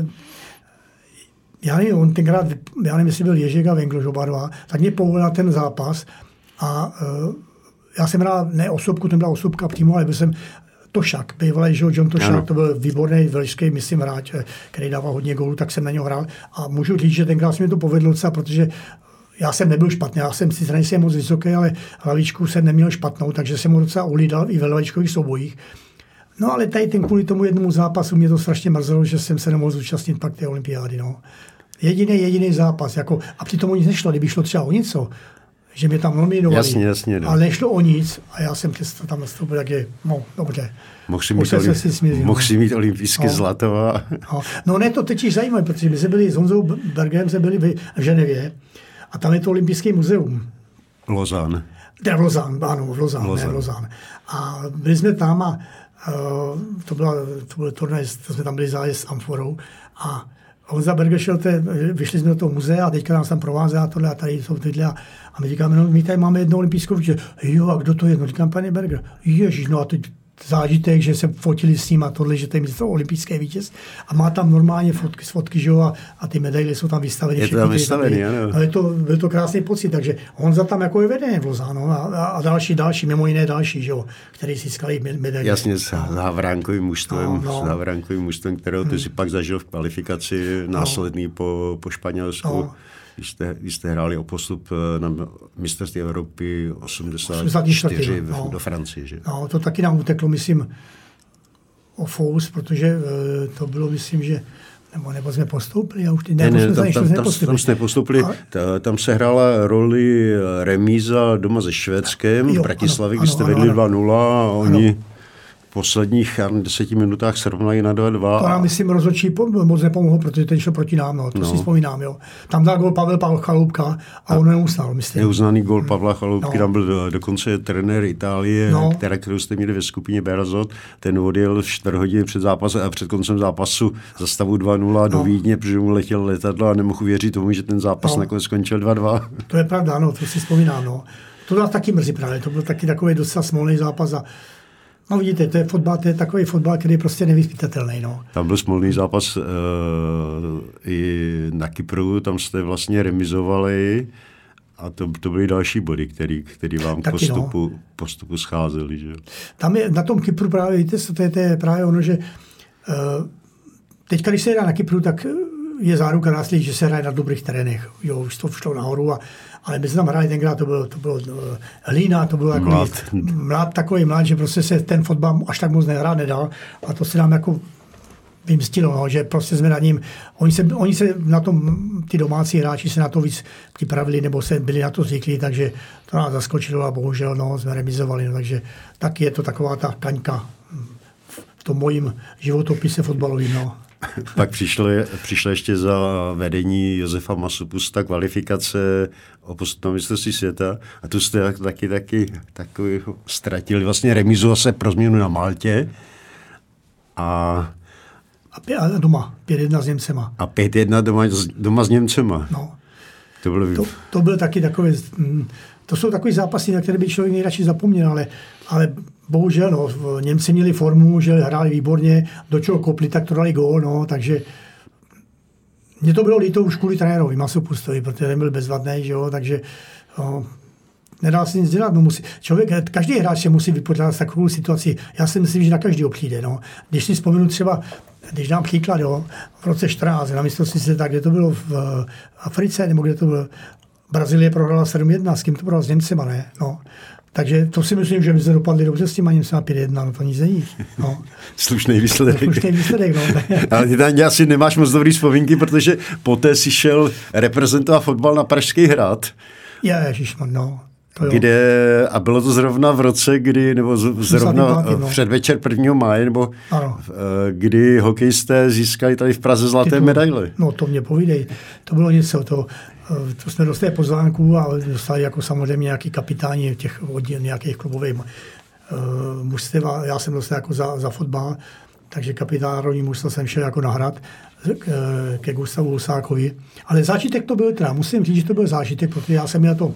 já nevím, on tenkrát, já nevím, jestli byl Ježek Vengloš oba dva, tak mě povolil ten zápas a já jsem hrál ne osobku, ten byla osobka přímo, ale byl jsem Tošak, bývalý, že John Tošak, ano. To byl výborný velšský, myslím, hráč, který dával hodně gólů, tak jsem na něho hrál. A můžu říct, že tenkrát se mi to povedlo docela, protože já jsem nebyl špatný, já jsem si nejsem moc vysoký, ale hlavičku jsem neměl špatnou, takže jsem mu docela ulídal i ve hlavičkových soubojích. No ale tady ten kvůli tomu jednomu zápasu mě to strašně mrzelo, že jsem se nemohl zúčastnit pak té olympiády. No. Jediný, jediný zápas. Jako, a přitom o nic nešlo, kdyby šlo třeba o něco, že mě tam nominovali. Jasně, jasně. No. Ale nešlo o nic a já jsem přesto tam nastoupil, tak je, no, dobře. Mohl si mít, olim... smířil, mohl si mít olympijské no. zlato. A... No. no ne, to teď zajímavé, protože my jsme byli s Honzou Bergerem, jsme byli v Ženevě a tam je to olympijské muzeum. Lozán. Ne, v Lozán, ano, v Lozán, Lozán. Ne, v Lozán. A byli jsme tam a uh, to, byla, to byl turnaj, to jsme tam byli zájezd s amforou a Honza Berger šel, te, vyšli jsme do toho muzea a teďka nás tam provázel a tohle a tady jsou tyhle a, a my říkáme, no my tady máme jednou olympijskou vítěz. Jo, a kdo to je? No říkám, pane Berger. Ježiš, no a teď zážitek, že se fotili s ním a tohle, že to je to olympijské vítěz a má tam normálně fotky, fotky, že jo, a, a ty medaile jsou tam vystaveny. Je to tam vystavený, ano. No, je to, byl to krásný pocit, takže Honza tam jako je vedený v Lozánu a, a další, další, mimo jiné další, že jo, který získali medaile. Jasně, s Havránkovým mužstvem, no, no. s Havránkovým mužstvem, kterého ty hmm. si pak zažil v kvalifikaci následný no. po, po Španělsku. No. když jste, když jste hráli o postup na mistrovství Evropy osmdesát čtyři no. do Francie. Že? No, to taky nám uteklo, myslím, o fous, protože to bylo, myslím, že nebo, nebo jsme postoupili, já už ty, ne, ne, jsme tam, tam, tam, tam jsme postoupili, a... tam se hrála roli remíza doma se Švédskem v Bratislavě, kde jste vedli dva nula a oni ano. v posledních deseti minutách se rovnají na dva dva. To nám, myslím, rozhodčí moc nepomohlo, protože ten šel proti nám, no, to no. si vzpomínám. Jo. Tam dal gol Pavel Pavel Chaloupka a on neusnal, myslím. Neuznaný gol Pavla Chaloupky, no. Tam byl do, dokonce trenér Itálie, no. která, kterou jste měli ve skupině Berazot, ten odjel čtvrt hodiny před zápasem a před koncem zápasu za stavu dva nula no. do Vídně, protože mu letěl letadlo a nemohl věřit tomu, že ten zápas no. nakonec skončil dva dva. To je pravda, no, to si vzpomínám. No. To nás taky mrzí právě, to byl taky takový docela smolný zápas a no vidíte, to je fotbal, to je takový fotbal, který je prostě nevyspytatelný. No. Tam byl smolný zápas uh, i na Kypru, tam jste vlastně remizovali a to, to byly další body, který, který vám k postupu, no. postupu scházely. Že? Tam je na tom Kypru právě, víte, to je, to je právě ono, že uh, teďka, když se hrá na Kypru, tak je záruka následně, že se hraje na dobrých terénech. Jo, už to šlo nahoru, a, ale my jsme tam hráli tenkrát, to bylo, to bylo uh, hlína, to bylo jako mlad. mlad, takový mlad, že prostě se ten fotbal až tak moc nehrát nedal a to se nám jako vymstilo, no, že prostě jsme na ním, oni se, oni se na tom, ty domácí hráči se na to víc připravili, nebo se byli na to zvyklí, takže to nás zaskočilo a bohužel no, jsme remizovali, no, takže taky je to taková ta kaňka v tom mojím životopise fotbalovým, no. Pak přišlo, přišlo ještě za vedení Josefa Masupusta kvalifikace o postup na mistrovství světa a tu jste taky, taky takový ztratili vlastně remizu zase pro změnu na Maltě a, a doma, pět jedna s Němcema. A pět jedna doma, doma s Němcema. No. To bylo... To, to byl taky takový, to jsou takový zápasy, na které by člověk nejradši zapomněl, ale, ale bohužel, no, Němci měli formu, že hráli výborně, do čeho kopli, tak to dali gól, no, takže mě to bylo líto už kvůli trenérovi Masupustovi, protože ten byl bezvadný, že jo, takže no, nedá se nic dělat, no, musí, člověk, každý hráč se musí vypořádat s takovou situaci, já si myslím, že na každý přijde, no. Když si vzpomenu třeba, když dám příklad, jo, v roce čtrnáct na mistrovství světa, kde to bylo v Africe, nebo kde to bylo, Brazílie prohrála sedm jedna, s kým to prohrál s Němcema, ne, no. Takže to si myslím, že my jsme dopadli dobře s tím ani se pět jedna, no to nic není. No. Slušný výsledek. Slušný výsledek, no. Ale ty tam asi nemáš moc dobrý vzpomínky, protože poté si šel reprezentovat fotbal na Pražský hrad. Ježišman, no. To kde, a bylo to zrovna v roce, kdy, nebo zrovna v no. předvečer prvního máje, nebo ano. kdy hokejisté získali tady v Praze zlaté Titul. medaile. No to mě povídej. To bylo něco, to, to jsme dostali pozvánku a dostali jako samozřejmě nějaký kapitáni těch oddíl, nějakých klubových uh, mužstev. Já jsem dostal jako za, za fotbal, takže kapitán národní mužstva jsem šel jako na hrad ke, ke Gustavu Husákovi. Ale zážitek to byl teda, musím říct, že to byl zážitek, protože já jsem měl to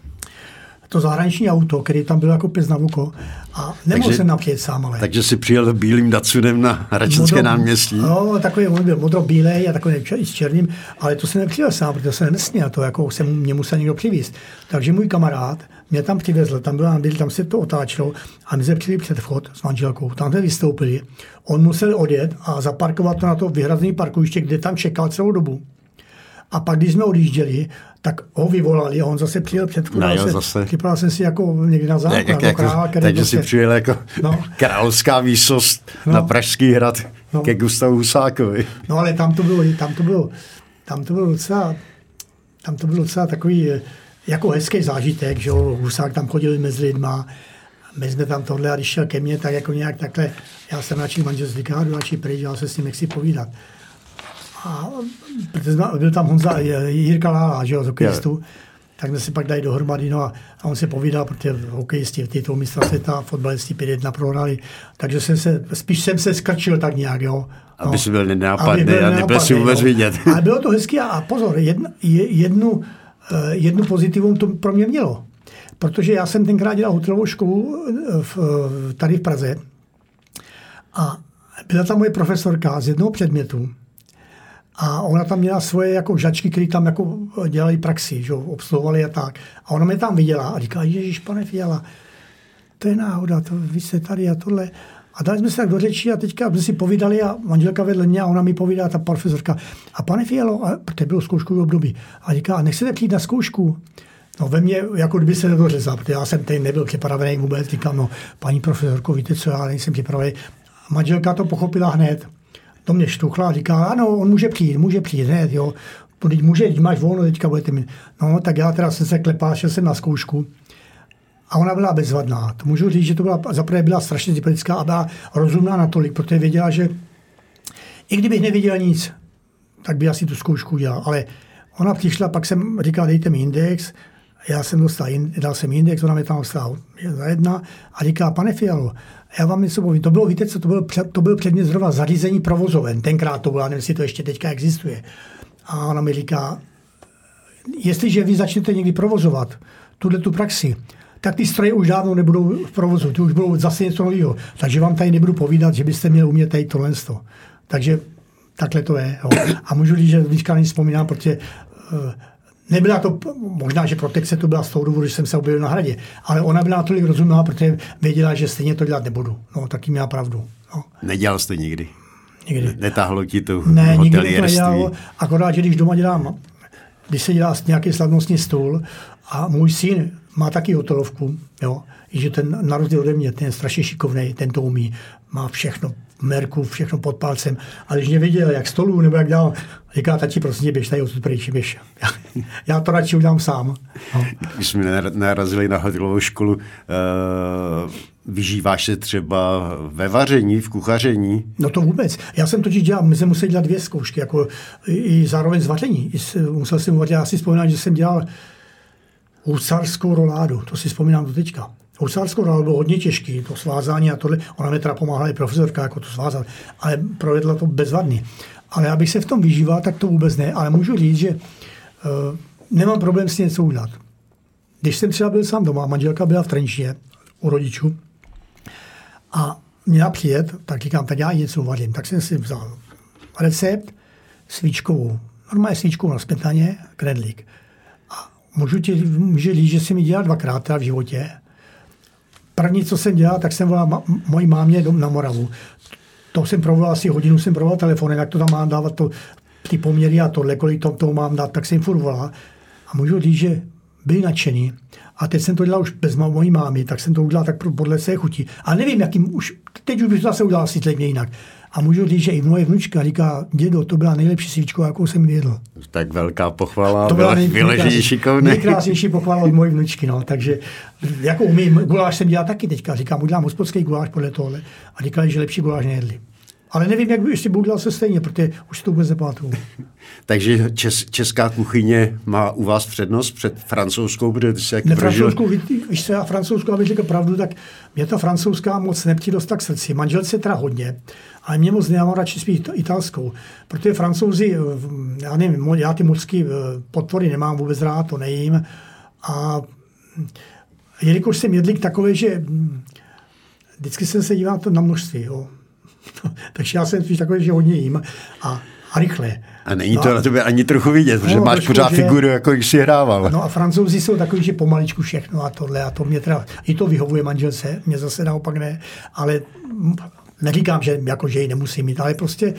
to zahraniční auto, který tam byl jako pes na oko a nemohl jsem napřijet sám, ale. Takže si přijel bílým Datsunem na Hradčanské náměstí. No, takový, on byl modro-bílej a takový i s černým, ale to jsem nepřijel sám, protože jsem nesměl, to jako jsem mě musel někdo přivízt. Takže můj kamarád mě tam přivezl, tam byl byl, tam se to otáčelo a my jsme přijeli před vchod s manželkou, tam jsme vystoupili, on musel odjet a zaparkovat to na to vyhrazené parkoviště, kde tam čekal celou dobu. A pak, když jsme odjížděli, tak ho vyvolali a on zase přijel před no, zase. Připadal jsem si jako někdy na základ. Jak, jako, král, takže si přijel jako no. královská výsost no. na Pražský hrad no. ke Gustavu Husákovi. No ale tam to bylo, tam to bylo, tam to bylo docela, tam to bylo docela takový jako hezký zážitek, že jo, Husák tam chodil mezi lidma, my jsme tam tohle a když šel ke mně, tak jako nějak takhle, já jsem radši manželství kádu, radši pryč, já se s ním nechci povídat. A byl tam Honza, Jirka Lála, že jo, z hokejistů, tak jsme si pak dali dohromady, no a, a on se povídal, protože hokejisti v titul mistra světa, fotbalisti pět jedna prohrali, takže jsem se, spíš jsem se skrčil tak nějak, jo. No, aby si byl nenápadný a nebyl si vůbec vidět. Ale bylo to hezky a pozor, jedna, jednu, jednu pozitivum to pro mě mělo, protože já jsem tenkrát dělal hotelovou školu v, tady v Praze a byla tam moje profesorka z jednoho předmětu, a ona tam měla svoje jako žačky, které tam jako dělali praxi, že obsluhovali a tak. A ona mě tam viděla a říká, ježiš, pane Fiala, to je náhoda, to, vy jste tady a tohle. A dali jsme se tak do řečí a teďka jsme si povídali a manželka vedle mě a ona mi povídá, ta profesorka, a pane Fialo, a to bylo zkouškový období, a říká, a nechcete přijít na zkoušku? No ve mně, jako kdyby se nedořezal, protože já jsem tady nebyl připravený vůbec, říkám, no paní profesorko, víte co, já nejsem připravený. Manželka to pochopila hned, do mě štuchla a říká, ano, on může přijít, může přijít hned, jo. Teď může, teď máš volno, teďka budete mít. No, tak já teda jsem se klepal, šel jsem na zkoušku a ona byla bezvadná. To můžu říct, že to byla, zaprvé byla strašně sympatická a byla rozumná natolik, protože věděla, že i kdybych nevěděla nic, tak by asi tu zkoušku udělal. Ale ona přišla, pak jsem říkal, dejte mi index, já jsem dostal, dal jsem index, ona mi tam dostala za jedna a říká, pane Fialo, já vám něco povím, to bylo, víte co, to byl, to byl předmět zrovna zařízení provozoven, tenkrát to bylo, nevím, jestli to ještě teďka existuje. A ona mi říká, jestliže vy začnete někdy provozovat tuhle tu praxi, tak ty stroje už dávno nebudou v provozu, ty už budou zase něco nového. Takže vám tady nebudu povídat, že byste měli umět tady tohle. Takže takhle to je. Jo. A můžu říct, že dneska není vzpomínám, protože uh, nebyla to, možná, že protekce to byla z toho důvodu, že jsem se objevil na hradě, ale ona byla tolik rozumná, protože věděla, že stejně to dělat nebudu. No, taky měla pravdu. No. Nedělal jste nikdy? Nikdy. Netáhlo ti to ne, nikdy to nedělal, akorát, že když doma dělám, když se dělá nějaký slavnostní stůl a můj syn má taky hotelovku, jo, i že ten na rozdíl ode mě, ten je strašně šikovnej, ten to umí, má všechno v merku, všechno pod palcem, ale když mě viděl, jak stolů nebo jak dál, říká, tati, prostě běž tady odsud pryč, běž. Já, já to radši udělám sám. No. Když jsme narazili na hotelovou školu, uh, vyžíváš se třeba ve vaření, v kuchaření? No to vůbec. Já jsem totiž dělal, my jsme museli dělat dvě zkoušky, jako i, i zároveň z vaření. I, musel jsem uvařit, já si vzpomínám, že jsem dělal husárskou roládu, to si vzpomínám do teďka. Husárskou roládu bylo hodně těžký, to svázání a tohle, ona mi teda pomáhala i profesorka, jako to svázat, ale provedla to bezvadně. Ale abych se v tom vyžíval, tak to vůbec ne, ale můžu říct, že uh, nemám problém s něco udělat. Když jsem třeba byl sám doma, manželka byla v Trenčíně u rodičů a měla přijet, tak říkám, tak já něco uvařím. Tak jsem si vzal recept svíčkovou, normálně svíčkovou na smětaně, knedlík. A můžu ti můžu říct, že jsem ji dělal dvakrát teda v životě. První, co jsem dělal, tak jsem volal ma- mojí mámě na Moravu. To jsem provolal asi hodinu, jsem provolal telefonem, jak to tam mám dávat, to, ty poměry a tohle, kolik to, toho mám dát, tak jsem furt volal. A můžu říct, že byli nadšený. A teď jsem to dělal už bez mojí mámy, tak jsem to udělal tak podle své chuti. A nevím, jakým už, teď už bych to zase udělal asi tlevně jinak. A můžu říct, že i moje vnučka říká, dědo, to byla nejlepší svíčka, jakou jsem jedl. Tak velká pochvala, to byla vyležení šikovný. Nejkrásnější pochvala od mojí vnučky, no. Takže jako umím, guláš jsem dělal taky teďka, říkám, udělám hospodský guláš podle tohle. A říkali, že lepší guláš nejedli. Ale nevím, jak by ještě udělal se stejně, protože už to vůbec nepamatuju. Takže čes, česká kuchyně má u vás přednost před francouzskou, protože ty jsi jak ne, prožil... francouzskou, víš co, já francouzskou, abych řekl pravdu, tak mě ta francouzská moc nepřijde dost tak srdci. Manželce teda hodně, ale mě moc ne, já mám radši spíš italskou. Protože Francouzi, já nevím, já ty mořské potvory nemám vůbec rád, to nejím. A jelikož jsem jedlík takový, že vždycky jsem se díval to na množství, jo. Takže já jsem spíš takový, že hodně jím a, a rychle. A není to no, na tebe ani trochu vidět, protože no, máš trošku, pořád že, figuru, jako když si hrával. No a Francouzi jsou takový, že pomaličku všechno a tohle a to mě teda, i to vyhovuje manželce, mě zase naopak ne, ale neříkám, že, jako, že ji nemusím mít, ale prostě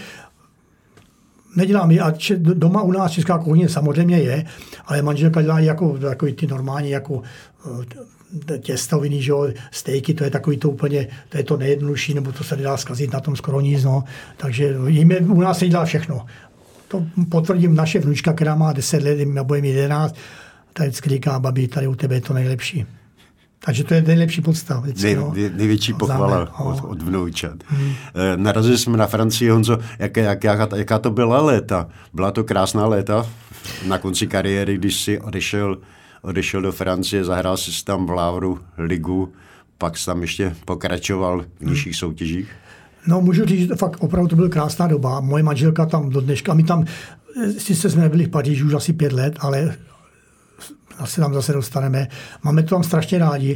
nedělám ji a če, doma u nás česká kuchyně samozřejmě je, ale manželka dělá jako, jako ty normální, jako těstoviny, že jo, stejky, to je takový to úplně, to je to nejjednodušší, nebo to se nedá zkazit na tom skoro nic, no. Takže jim je, u nás se dělá všechno. To potvrdím naše vnučka, která má deset let, a bude mít jedenáct, ta vždycky říká, babi, tady u tebe je to nejlepší. Takže to je nejlepší podstav. Vždycky, Nej, no. Největší pochvala od, od vnoučat. Hmm. Narazili jsme na Francii, Honzo, jak, jak, jaká, jaká to byla léta? Byla to krásná léta na konci kariéry, když jsi odešel odešel do Francie, zahrál si tam v Lavru ligu, pak jsi tam ještě pokračoval v nižších soutěžích? No, můžu říct, že to fakt opravdu to byla krásná doba. Moje manželka tam do dneška, my tam, sice jsme nebyli v Paříži už asi pět let, ale asi tam zase dostaneme. Máme to tam strašně rádi.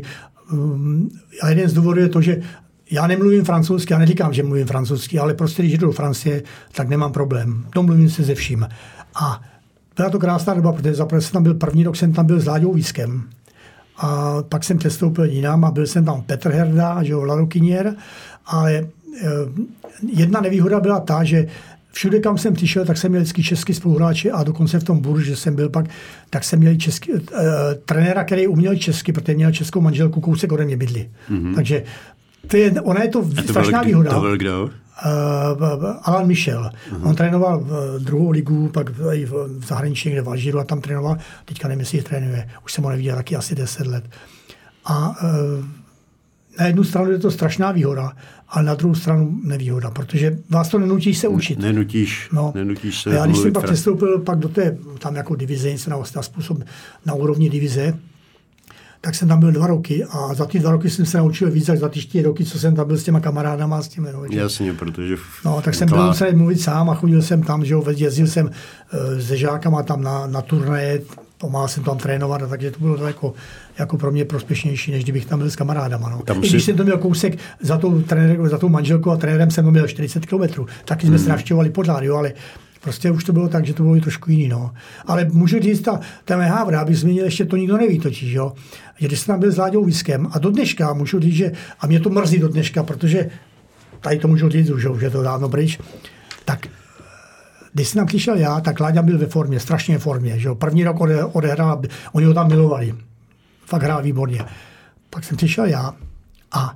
A jeden z důvodů je to, že já nemluvím francouzsky, já neříkám, že mluvím francouzsky, ale prostě, když jdu do Francie, tak nemám problém. Domluvím se se vším. A byla to krásná doba, protože zaprvé jsem tam byl první rok, jsem tam byl s Láďou Vískem. a pak jsem přestoupil jinam a byl jsem tam Petr Herda, že jo, Larokinier, ale jedna nevýhoda byla ta, že všude, kam jsem přišel, tak jsem měl vždycky český spoluhráče a dokonce v tom Bourges, že jsem byl pak, tak jsem měl český, uh, trenéra, který uměl česky, protože měl českou manželku, kousek ode mě bydli. Mm-hmm. Takže to je, ona je to, to strašná byl, výhoda. To byl kdo? Uh, Alain Michel. Uh-huh. On trénoval v druhou ligu, pak v, v zahraničí někde v Alžíru a tam trénoval. Teďka nevím, jestli trénuje. Už jsem ho neviděl taky asi deset let. A uh, na jednu stranu je to strašná výhoda, ale na druhou stranu nevýhoda, protože vás to nenutí se učit. Nenutíš, no. nenutíš se. A já když jsem pak přestoupil pak do té, tam jako divize, na, na způsob na úrovni divize, tak jsem tam byl dva roky a za ty dva roky jsem se naučil víc, jak za ty čtyři roky, co jsem tam byl s těma kamarádama. S těmi, no, jasně, protože... No, tak jsem byl musel mluvit sám a chodil jsem tam, že jo, jezdil jsem uh, se žákama tam na, na turnaje, pomáhal jsem tam trénovat, a takže to bylo to jako, jako pro mě prospěšnější, než kdybych tam byl s kamarádama. No. I když si... jsem to měl kousek za tou, trenér, za tou manželkou a trenérem jsem to měl čtyřicet kilometrů, taky jsme hmm. se navštěvovali pořád, jo, ale prostě už to bylo tak, že to bylo trošku jiný. No. Ale můžu říct, ta, ten Havra, abych zmínil, ještě to nikdo neví totiž, jo. Že když jsem tam byl s Láďou Viskem a do dneška můžu říct, že, a mě to mrzí do dneška, protože tady to můžu říct, už, už je to dávno pryč, tak když jsem tam přišel já, tak Láďa byl ve formě, strašně ve formě. Že jo. První rok ode, odehrál, oni ho tam milovali. Fakt hrál výborně. Pak jsem přišel já a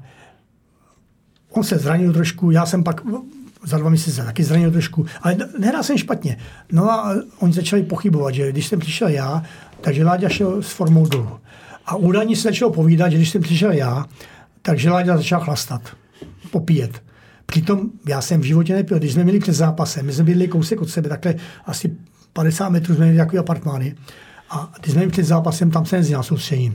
on se zranil trošku, já jsem pak za dva měsíce taky zranil trošku, ale nehrál jsem špatně. No a oni začali pochybovat, že když jsem přišel já, takže Láďa šel s formou dolů. A údajně se začalo povídat, že když jsem přišel já, takže Láďa začal chlastat, popíjet. Přitom já jsem v životě nepil. Když jsme měli před zápasem, my jsme byli kousek od sebe, takhle asi padesát metrů jsme měli takové apartmány. A když jsme měli před zápasem, tam jsem jezdil na soustředění.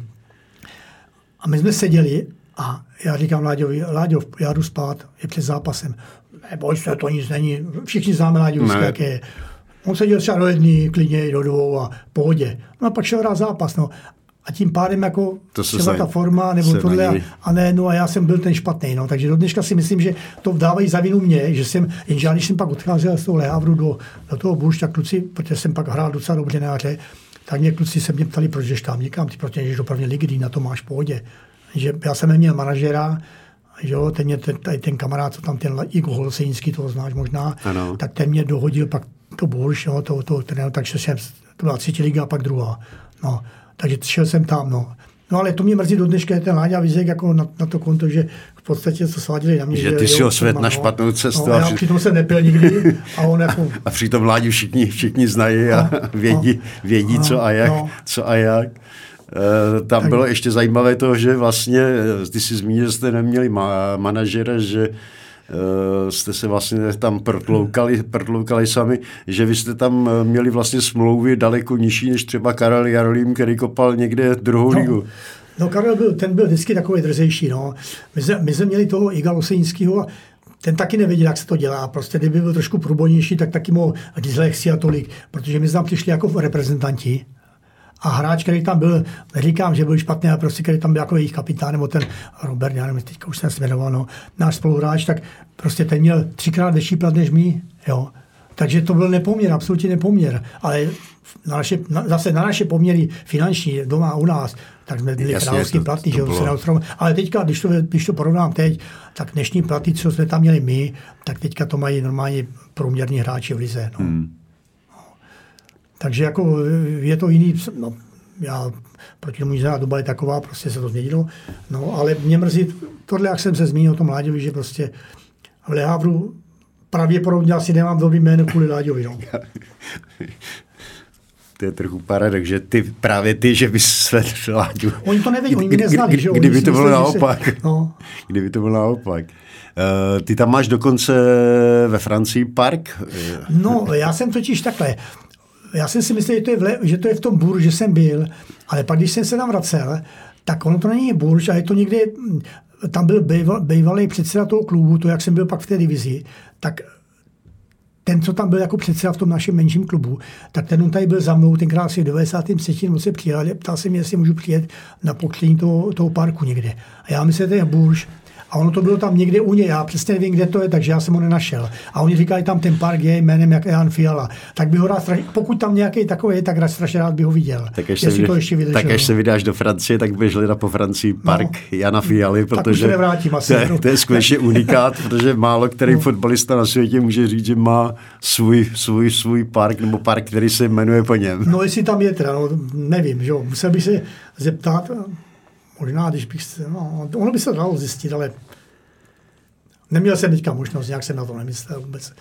A my jsme seděli a já říkám Láďovi, Láďo, já jdu spát, je před zápasem. Neboj se, to nic není. Všichni známe Láďu, jaké je. On seděl třeba do jedný, klidně do dvou a pohodě. No a pak šel hrát zápas. No. A tím pádem jako třeba ta forma nebo tohle a, a ne, no a já jsem byl ten špatný, no, takže do dneška si myslím, že to dávají za vinu mě, že jsem, jenže já když jsem pak odcházel z toho Le Havru do, do toho Bourges, tak kluci, protože jsem pak hrál docela dobře na jaře, tak mě kluci se mě ptali, proč jdeš tam někam, ty protože jdeš do první ligy, kdy na to máš v pohodě. Že já jsem neměl manažera, že jo, ten, mě, ten, ten kamarád, co tam ten Igor Holsejnský, toho znáš možná, ano. Tak ten mě dohodil pak to Bourges, jo, to, to, to, takže jsem, to byla třetí liga a pak druhá, no. Takže šel jsem tam, no. No ale to mě mrzí do dneška, ten Láďa Vizek jako na, na to konto, že v podstatě to svádili na mě. Že ty si ho svět na špatnou cestu. No, a já při... přitom jsem nepil nikdy. A on jako... A přitom Láďu všichni, všichni znají a no, vědí, vědí no, co a jak. No. Co a jak. E, tam tak... bylo ještě zajímavé to, že vlastně, ty si zmínil, že jste neměli ma- manažera, že Uh, jste se vlastně tam protloukali, protloukali sami, že vy jste tam měli vlastně smlouvy daleko nižší než třeba Karel Jarolím, který kopal někde druhou no, ligu. No Karel byl, ten byl vždycky takový drzejší. No. My, jsme, my jsme měli toho Iga Losejnského, ten taky nevěděl, jak se to dělá. Prostě kdyby byl trošku průbojnější, tak taky mohl dyslexii a tolik, protože my jsme tam přišli jako reprezentanti. A hráč, který tam byl, neříkám, že byl špatný, ale prostě, který tam byl jako jejich kapitán, nebo ten Robert, já nevím, teďka už jsem se jmenoval, no, náš spoluhráč, tak prostě ten měl třikrát větší plat než my, jo. Takže to byl nepoměr, absolutně nepoměr. Ale na naše, na, zase na naše poměry finanční doma u nás, tak jsme byli královský platný, že jo, se neostrovali. Ale teďka, když to, když to porovnám teď, tak dnešní platy, co jsme tam měli my, tak teďka to mají normálně průměrní hráči v lize, no. Hmm. Takže jako je to jiný, no, já proti tomu jiná doba je taková, prostě se to změnilo. No, ale mě mrzí tohle, jak jsem se zmínil o tom Láďovi, že prostě v Le Havru pravděpodobně asi nemám dobrý jméno kvůli Láďovi. No. To je trochu paradox, že ty, právě ty, že bys svedl Láďu. Oni to nevědí, oni mě neznali. Že? Kdyby oni to bylo naopak. Se, no. Kdyby to bylo naopak. Uh, ty tam máš dokonce ve Francii park? No, já jsem totiž takhle. Já jsem si myslel, že to je v, Le, že to je v tom Bourges, že jsem byl, ale pak, když jsem se tam vracel, tak ono to není Bourges, ale je to někde, tam byl býval, bývalý předseda toho klubu, to jak jsem byl pak v té divizi, tak ten, co tam byl jako předseda v tom našem menším klubu, tak ten on tady byl za mnou, tenkrát asi v devadesátém třetím roce přijel, ptal se mě, jestli můžu přijet na pokřtění toho, toho parku někde. A já myslím, že to je Burž. A ono to bylo tam někde u něj, já přesně nevím, kde to je, takže já jsem ho nenašel. A oni říkali, tam ten park je jménem jak Jan Fiala. Tak bych ho rád, pokud tam nějaký takový je, tak rád strašně rád bych ho viděl. Tak až, se, vydá, to ještě tak až se vydáš do Francie, tak budeš hledat po Francii park no, Jana Fialy, protože nevrátím, asi, to, je, to je skutečně unikát, protože málo který no. fotbalista na světě může říct, že má svůj, svůj, svůj park nebo park, který se jmenuje po něm. No jestli tam je teda, no, nevím, že jo, musel bych se zeptat. Možná, když bych se, no, ono by se dalo zjistit, ale neměl jsem teďka možnost, nějak jsem na to nemyslel vůbec.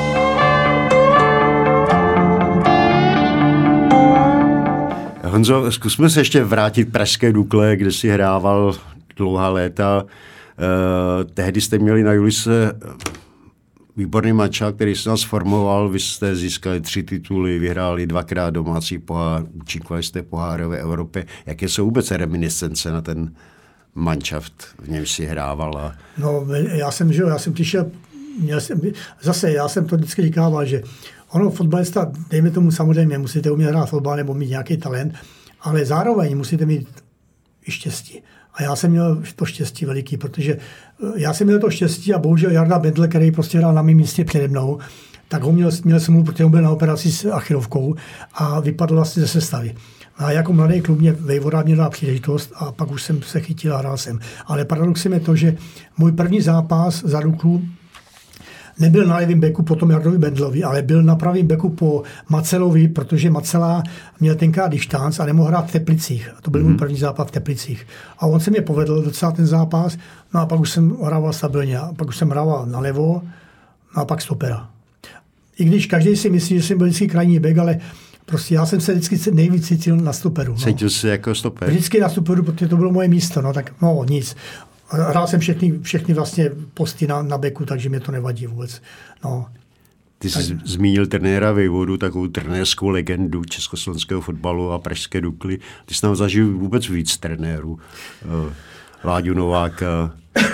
Honzo, zkusme se ještě vrátit k Pražské Dukle, kde si hrával dlouhá léta. Eh, tehdy jste měli na Julise výborný mančák, který se nás formoval. Vy jste získali tři tituly, vyhráli dvakrát domácí pohár, účinkovali jste pohárové Evropě. Jaké jsou vůbec reminiscence na ten manšaft, v něm si hrával? No, já jsem, že já jsem přišel, měl jsem, zase já jsem to vždycky říkával, že ono fotbalista, dejme tomu samozřejmě, musíte umět hrát fotbal nebo mít nějaký talent, ale zároveň musíte mít i štěstí. A já jsem měl to štěstí veliký, protože já jsem měl to štěstí a bohužel Jarda Bendl, který prostě hrál na mém místě přede mnou, tak ho měl, měl jsem mu, protože on byl na operaci s achilovkou a vypadl vlastně ze sestavy. A jako mladý klub mě Vejvoda mě dala příležitost a pak už jsem se chytil a hrál jsem. Ale paradoxem je to, že můj první zápas za Duklu nebyl na levém beku po tom Jardovi Bendlovi, ale byl na pravém beku po Macelovi, protože Macela měl tenkrát dištanc a nemohl hrát v Teplicích. A to byl mm. můj první zápas v Teplicích. A on se mě povedl docela ten zápas, no a pak už jsem hrával stabilně. A pak už jsem hrával nalevo, no a pak stopera. I když každý si myslí, že jsem byl vždycky krajní bek, ale prostě já jsem se vždycky nejvíc cítil na stoperu. Cítil no. jsi jako stoper? Vždycky na stoperu, protože to bylo moje místo, no tak no nic. Hrál jsem všechny, všechny vlastně posty na, na beku, takže mě to nevadí vůbec. No. Ty jsi tak zmínil trenéra Vejvodu, takovou trenérskou legendu československého fotbalu a Pražské Dukly. Ty jsi nám zažil vůbec víc trenérů. Láďu Nováka.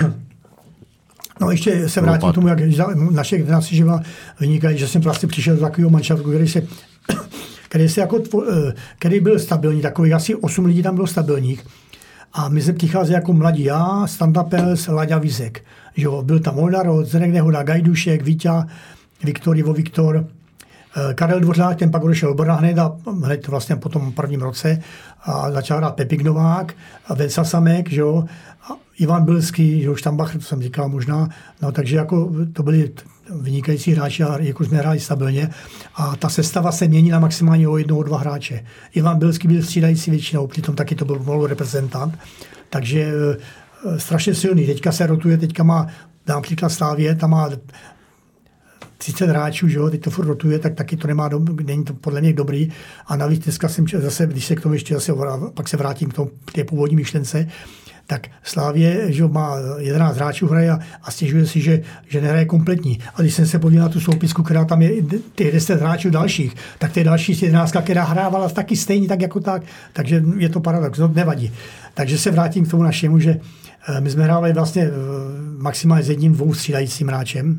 No ještě se vrátím k tomu, jak naše generace že byla vynikají, že jsem vlastně přišel do takového manšaftu, který se, který se jako, který byl stabilní, takových asi osm lidí tam bylo stabilních. A my jsme přicházeli jako mladí, já, Standa Pels, Láďa Vízek. Že jo, byl tam Oldarod, Zdeněk Nehoda, Gajdušek, Víťa, Viktor, Ivo Viktor, Karel Dvořák, ten pak odešel Brna hned a hned vlastně po tom prvním roce a začal hrát Pepik Novák, Venca Samek, že jo, a Ivan Bilský, že jo, Štambach, to jsem říkal možná, no takže jako to byli vynikající hráči a jako jsme hráli stabilně a ta sestava se mění na maximálně o jednoho, dva hráče. Ivan Bilský byl střídající většinou, přitom taky to byl reprezentant, takže e, strašně silný. Teďka se rotuje, teďka má, dám příklad Slávě, tam má třicet hráčů, že jo, teď to furt rotuje, tak taky to nemá, do, není to podle mě dobrý. A navíc dneska jsem zase, když se k tomu ještě zase, pak se vrátím k tomu, k té původní myšlence, tak Slávě, že má jedenáct hráčů hraje a, a stěžuje si, že, že nehraje kompletní. A když jsem se podíval na tu soupisku, která tam je těch deset hráčů dalších, tak ty další jedenáctka, která hrávala taky stejně tak jako tak, takže je to paradox, no nevadí. Takže se vrátím k tomu našemu, že my jsme hráli vlastně maximálně s jedním, dvou střídajícím hráčem.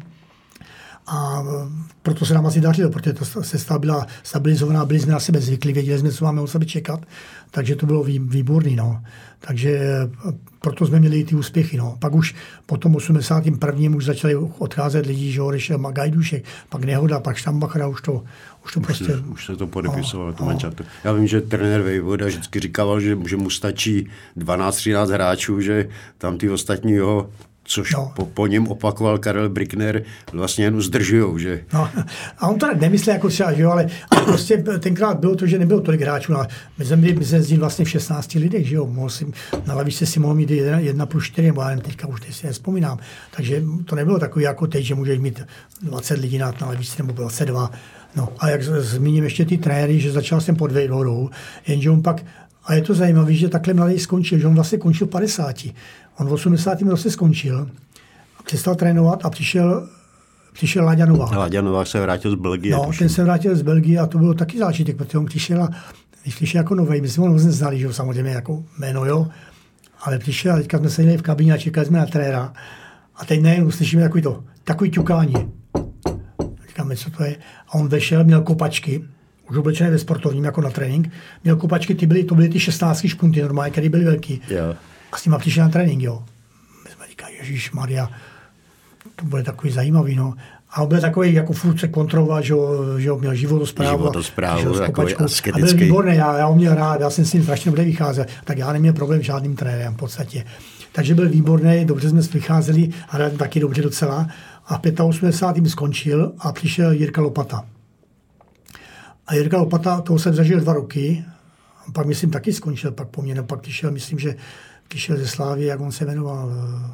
A proto se nám asi dařilo, protože to sestava byla stabilizovaná, byli jsme na sebe zvyklí, věděli jsme, co máme od sebe čekat, takže to bylo výborný. No. Takže proto jsme měli ty úspěchy. No. Pak už po tom osmdesátém prvním už začali odcházet lidi, že odešel Gajdušek, pak Nehoda, pak Štambachra, už to, už to už prostě... Se, už se to podepisovalo. No, no. Já vím, že trenér Vejvoda vždycky říkával, že, že mu stačí dvanáct třináct hráčů, že tam ty ostatní jeho což no. po, po něm opakoval Karel Brickner, vlastně jenom zdržujou, že? No, a on to tak nemyslel jako třeba, že jo, ale, ale prostě tenkrát bylo to, že nebylo tolik hráčů. No, my jsme byli, my jsme jezdili vlastně v šestnácti lidech, že jo, mohl si, na lavičce si mohl mít jedna, jedna plus čtyři, nebo já nevím, teďka už teď si nevzpomínám. Takže to nebylo takový jako teď, že můžeš mít dvacet lidí na, na lavičce, nebo dvacet dva. No a jak zmíním ještě ty trenéry, že začal jsem pod Vejvodou, jenže on pak, a je to zajímavé, že takhle mladý skončil, že on vlastně končil v padesáti. On v osmdesátém roce skončil, přestal trénovat a přišel, přišel Láďa Novák. Láďa Novák se vrátil z Belgie. No, ten se vrátil z Belgie a to bylo taky zážitek, protože on přišel a když přišel jako novej, my jsme ho neznali, že samozřejmě jako jméno, jo, ale přišel a teďka jsme seděli v kabině a čekali jsme na trenéra a teď nejen uslyšíme takový to, takový ťukání. Říkám, nevím, co to je. A on vešel, měl kopačky, už oblečené ve sportovním, jako na trénink. Měl kopačky, ty byly, to byly ty šestnáctky špunty normálně, které byly velký. Jo. A s nima přišel na trénink, jo. My jsme říkali, ježišmarja, to bude takový zajímavý, no. A on byl takový, jako furt se kontroloval, že, že měl životosprávu. Životosprávu, takový asketický. A byl výborný, já, já ho měl rád, já jsem s ním strašně dobře vycházel, tak já neměl problém s žádným trenérem v podstatě. Takže byl výborný, dobře jsme vycházeli a hráli taky dobře docela. A v osmdesátém pátém skončil a přišel Jirka Lopata. A Jirka Lopata, toho jsem zažil dva roky, a pak myslím taky skončil, pak po mně, no, pak přišel, myslím, že přišel ze Slávy, jak on se jmenoval,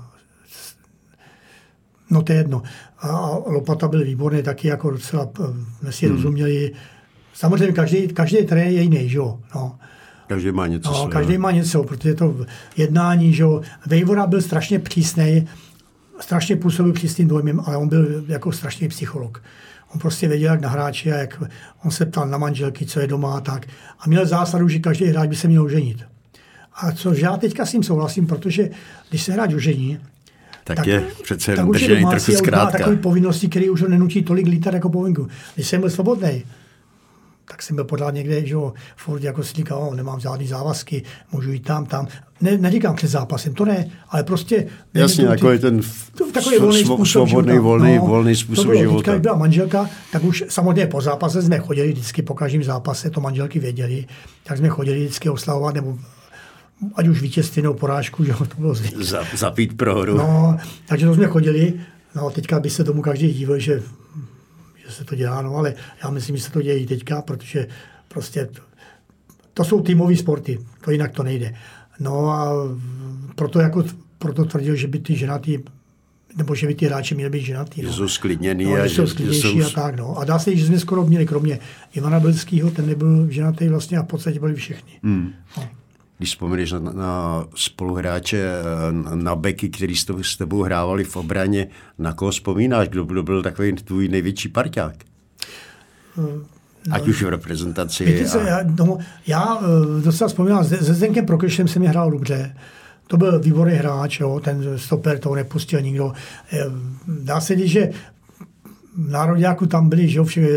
no to je jedno. A Lopata byl výborný taky, jako docela, jsme si hmm. rozuměli. Samozřejmě každý, každý trenér je jiný, že jo. No. Každý má něco. No, každý má něco, protože to jednání, že jo. Vejvora byl strašně přísnej, strašně působil přísným dojmem, ale on byl jako strašný psycholog. On prostě věděl, jak na hráči, a jak on se ptal na manželky, co je doma a tak. A měl zásadu, že každý hráč by se měl oženit. A což já teďka s tím souhlasím, protože když se hráč ožení, tak, tak je přece tak už je držený domácí trochu zkrátka. Má takové povinnosti, které už ho nenutí tolik lítat jako povinku. Když jsem byl svobodný, tak jsem byl pořád někde, že jo, furt jako si říkal, oh, nemám žádný závazky, můžu jít tam, tam. Ne, neříkám před zápasem, to ne, ale prostě... Jasně, jako je ten takový volný způsob svobodný, života. volný, no, volný způsob to bylo, života. Teďka, jak byla manželka, tak už samozřejmě po zápase jsme chodili vždycky, po každém zápase, to manželky věděli, tak jsme chodili vždycky oslavovat, nebo ať už vítězství nebo porážku, že to bylo zvyk. Za, zapít prohru. No, takže to jsme chodili, no teďka by se tomu každý dívil, že že se to dělá, no, ale já myslím, že se to děje i teďka, protože prostě to, to jsou týmové sporty, to jinak to nejde. No a proto, jako, proto tvrdil, že by ty ženatý, nebo že by ty hráči měli být ženatý. Že no. jsou sklidněný. No, a že jsou sklidnější a tak. No. A dá se, že jsme skoro měli, kromě Ivana Belského, ten nebyl ženatý vlastně a v podstatě byli všichni. Hmm. No. Když vzpomeneš na, na spoluhráče, na beky, který s tebou hrávali v obraně, na koho vzpomínáš? Kdo, kdo byl takový tvůj největší parťák? No, ať už v reprezentaci. Víte co, a... já, no, já docela vzpomínám, se Zdenkem Prokršem jsem je hrál dobře. To byl výborný hráč, jo, ten stoper, toho nepustil nikdo. Dá se říct, že v národňáku tam byli, že jo, všichni,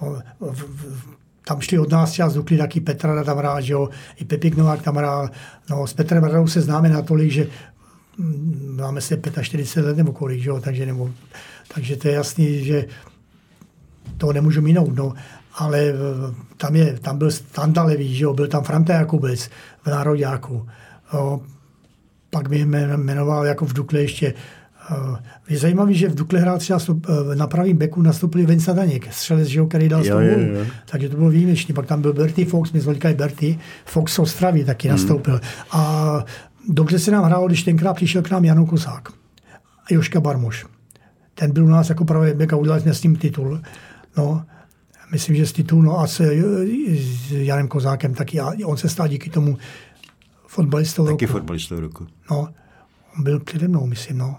tam šli od nás čas Dukli, taky Petra tam hrál, že jo, i Pepík Novák tam hrál. No, s Petrem Radou se známe natolik, že máme se čtyřicet pět let nebo kolik, že jo, takže, nebo, takže to je jasný, že to nemůžu minout, no. Ale tam, je, tam byl Standa Levý, že jo, byl tam Franta Jakubec v národňáku. No, pak bych jmenoval jako v Dukle ještě. Je zajímavý, že v Dukle hrál třeba na pravým beku nastoupil Vincent Daněk, střelec, že jo, který dal sto gólů. Takže to bylo výjimečný. Pak tam byl Bertie Fox, my jsme říkali Bertie, Fox z Ostravy taky hmm. nastoupil. A dobře se nám hrálo, když tenkrát přišel k nám Jan Kosák a Joška Barmoš. Ten byl u nás jako pravý bek a udělali jsme s ním titul. No, myslím, že s titul, no a s, s Janem Kozákem taky. A on se stal díky tomu fotbalistou roku. Taky fotbalistou roku. No, on byl přede mnou, myslím, no.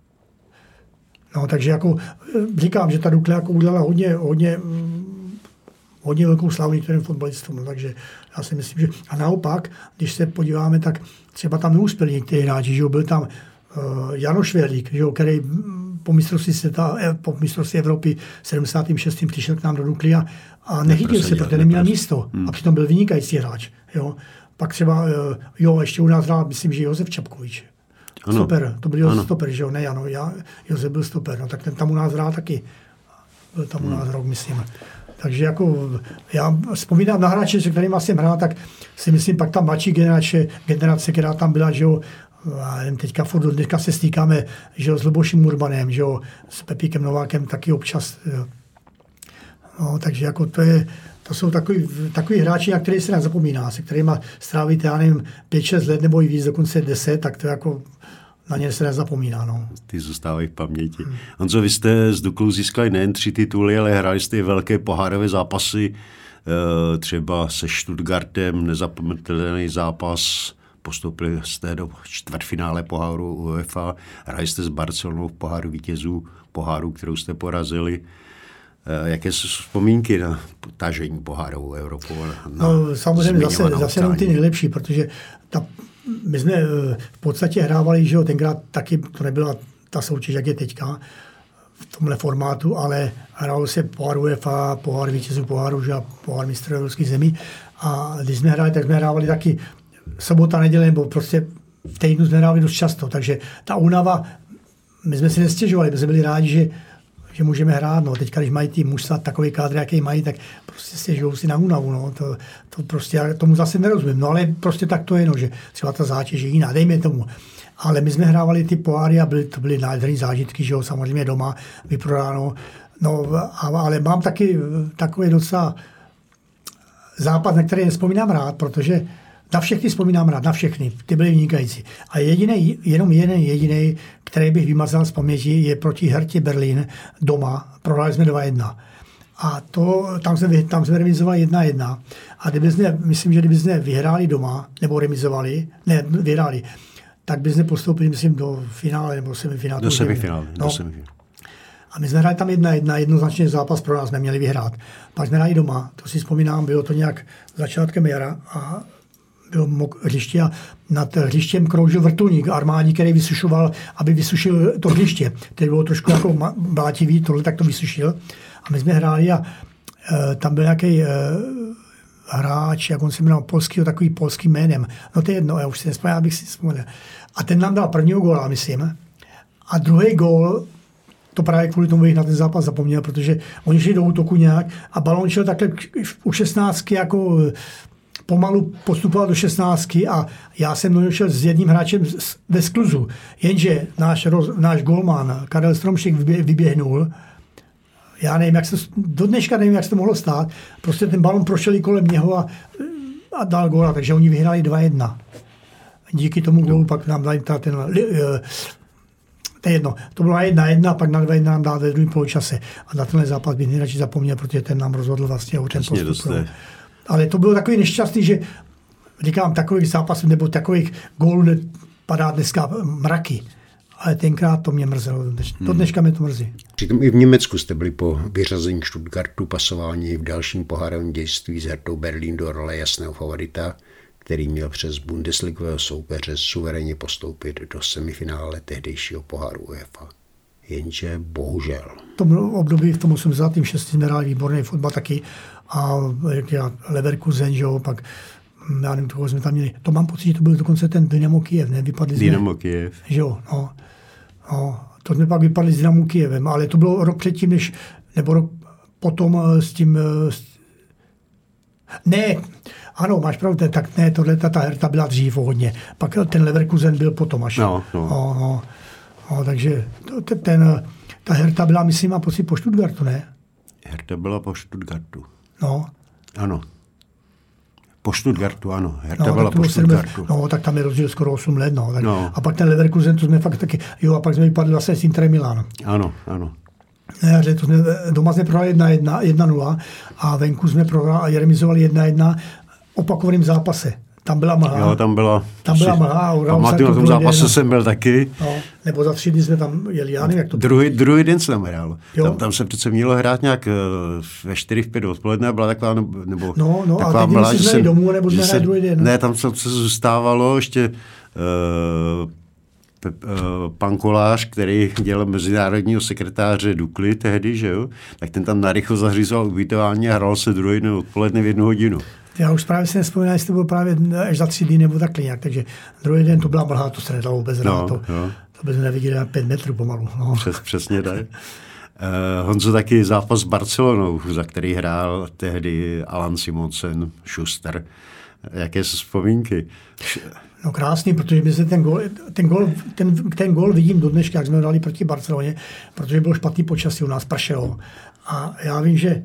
No, takže jako říkám, že ta Dukla jako udělala hodně, hodně, hodně velkou slavu některým fotbalistům, no, takže já si myslím, že a naopak, když se podíváme, tak třeba tam neúspěli některý hráči, že jo, byl tam uh, Janoš Vělík, že jo, který po mistrovství světa, po mistrovství Evropy v sedmdesátém šestém přišel k nám do Dukly a, a nechytil se, protože neměl místo. Hmm. A přitom byl vynikající hráč, jo. Pak třeba, uh, jo, ještě u nás hrál, myslím, že Josef Čapkovič. Ano. Stoper, to byl Josef stoper, že jo, ne Jano, já, Josef byl stoper, no tak ten tam u nás hrál taky. Byl tam u nás hmm. rok, myslím. Takže jako já vzpomínám na hráče, se kterýma jsem hrál, tak si myslím, pak ta mladší generace, generace, která tam byla, že jo, já nevím, teďka, furt, teďka se stýkáme, že jo, s Lubošem Urbanem, že jo, s Pepíkem Novákem taky občas. Jo. No, takže jako to je, to jsou takový, takový hráči, na který se nezapomíná, se kterýma strávíte, já nevím, pět šest let nebo i víc, dokonce deset, tak to jako na ně se nezapomíná. No. Ty zůstávají v paměti. Hmm. Honzo, vy jste z Duklou získali nejen tři tituly, ale hráli jste i velké pohárové zápasy, třeba se Stuttgartem, nezapomenutelný zápas, postoupili jste do čtvrtfinále poháru UEFA, hráli jste s Barcelonou v poháru vítězů, poháru, kterou jste porazili. Jaké jsou vzpomínky na tažení pohárovou Evropu? No, samozřejmě zase, zase jenom ty nejlepší, protože ta, my jsme v podstatě hrávali, že jo, tenkrát taky to nebyla ta soutěž, jak je teďka. v tomhle formátu, ale hrál se pohár UEFA, pohár vítězů poháru a pohár mistrů evropských zemí. A když jsme hráli, tak jsme hrávali taky sobota, neděle, nebo prostě v týdnu jsme hráli dost často. Takže ta únava, my jsme si nestěžovali, my jsme byli rádi, že, že můžeme hrát. No, teďka, když mají ty mužstva takový kádr, jaký mají, tak prostě stěžují si na únavu. No. To, to prostě, já tomu zase nerozumím. No ale prostě tak to je, no, že třeba ta zátěž je jiná, dejme tomu. Ale my jsme hrávali ty poháry a byly, to byly nádherné zážitky, že jo, samozřejmě doma vyprodáno. No, ale mám taky takový docela zápas, na který nevzpomínám rád, protože na všechny vzpomínám rád, na všechny, ty byly vynikající. A jediný, jenom jeden jediný, který bych vymazal z paměti, je proti Hertě Berlín doma. Prohráli jsme dva jedna. A to, tam jsme, tam jsme remizovali jedna jedna. A kdyby jsme, myslím, že kdyby jsme vyhráli doma, nebo remizovali, ne, vyhráli, tak by jsme postoupili, myslím, do finále, nebo semifinále. Do semifinále. No. Do semifinále. A my jsme hráli tam jedna jedna, jednoznačně zápas pro nás jsme měli vyhrát. Pak jsme hráli doma, to si vzpomínám, bylo to nějak začátkem jara a bylo hřiště a nad hřištěm kroužil vrtulník armádní, který vysušoval, aby vysušil to hřiště. Tedy bylo trošku jako blátivý, tohle tak to vysušil. A my jsme hráli a e, tam byl nějaký e, hráč, jak on se jmenoval, polský, takový polským jménem. No to je jedno, já už si nespomínám, abych si vzpomněl. A ten nám dal prvního góla, myslím. A druhý gól, to právě kvůli tomu bych na ten zápas zapomněl, protože oni šli do útoku nějak a balón šel takhle u šestnáctky jako pomalu postupoval do šestnáctky a já jsem šel s jedním hráčem ve skluzu. Jenže náš, roz, náš golman Karel Stromšek vyběhnul. Já nevím, jak se, do dneška nevím, jak se to mohlo stát. Prostě ten balón prošel i kolem něho a, a dal góla, takže oni vyhráli dva jedna. Díky tomu gólu pak nám dali ten... To je jedno. To bylo na jedna jedna, pak na dva jedna nám dal ve druhém poločase. A na tenhle zápas bych nejradši zapomněl, protože ten nám rozhodl vlastně o ten postup. Ale to bylo takový nešťastný, že říkám, takových zápasů nebo takových gólů padá dneska mraky. Ale tenkrát to mě mrzelo. Do dneška mě to mrzí. Přitom i v Německu jste byli po vyřazení Stuttgartu pasováni v dalším pohárovém dějství s Hertou Berlín do role jasného favorita, který měl přes bundesligového soupeře suverénně postoupit do semifinále tehdejšího poháru UEFA. Jenže bohužel. V tom období v tom osmdesátém šestém jsme hráli výborný fotbal taky a Leverkusen, že jo, pak já nevím, toho jsme tam měli. To mám pocit, že to byl dokonce ten Dynamo Kyjev, ne? Vypadli jsme. Dynamo Kyjev. Že jo, no. no. To jsme pak vypadli s Dynamo Kyjevem, ale to bylo rok předtím, než, nebo rok potom s tím... S, ne, ano, máš pravdu, tak ne, tohle, ta Herta byla dřív hodně. Pak ten Leverkusen byl potom až. No, no. no, no. no takže to, ten, ta Herta byla, myslím, má pocit po Stuttgartu, ne? Herta byla po Stuttgartu. No. Ano. Po Stuttgartu, ano. Herta no, byla po Stuttgartu. No, tak tam je rozdíl skoro osm let, no. Tak, no. A pak ten Leverkusen, to jsme fakt taky, jo, a pak jsme vypadli vlastně s Interem Milano. Ano, ano. Ne, to jsme, doma jsme prohrali jedna nula a venku jsme prohrali a remizovali jedna jedna opakovaným zápase. Tam byla mlha. Jo, tam byla. Tam byla mlha. Pamatuju, na tom zápase jsem byl taky. No, nebo za tři dny jsme tam jeli. Já nevím, jak to druhý, druhý den jsem hrál. Tam, tam se přece mělo hrát nějak ve čtyři v pět odpoledne, byla taková, nebo no, no, taková a teď mlha, že jsem, domů, nebo jsme hráli druhý den. No? Ne, tam se zůstávalo ještě uh, pe, uh, pan Kolář, který dělal mezinárodního sekretáře Dukly tehdy, že jo, tak ten tam narychlo zařizoval ubytování a hrál se druhý den odpoledne v jednu hodinu. Já už právě si nevzpomínám, jestli to bylo právě až za tři dny nebo takhle nějak, takže druhý den to byla mlha, to se nedalo vůbec hrát, no, to, no. to bychom neviděli na pět metrů pomalu. No. Přes, přesně tak. Uh, Honzo, taky zápas s Barcelonou, za který hrál tehdy Alan Simonsen, Schuster. Jaké jsou vzpomínky? No krásný, protože my se ten gól, ten gól, ten, ten gól vidím do dneška, jak jsme dali proti Barceloně, protože bylo špatný počasí, u nás pršelo. A já vím, že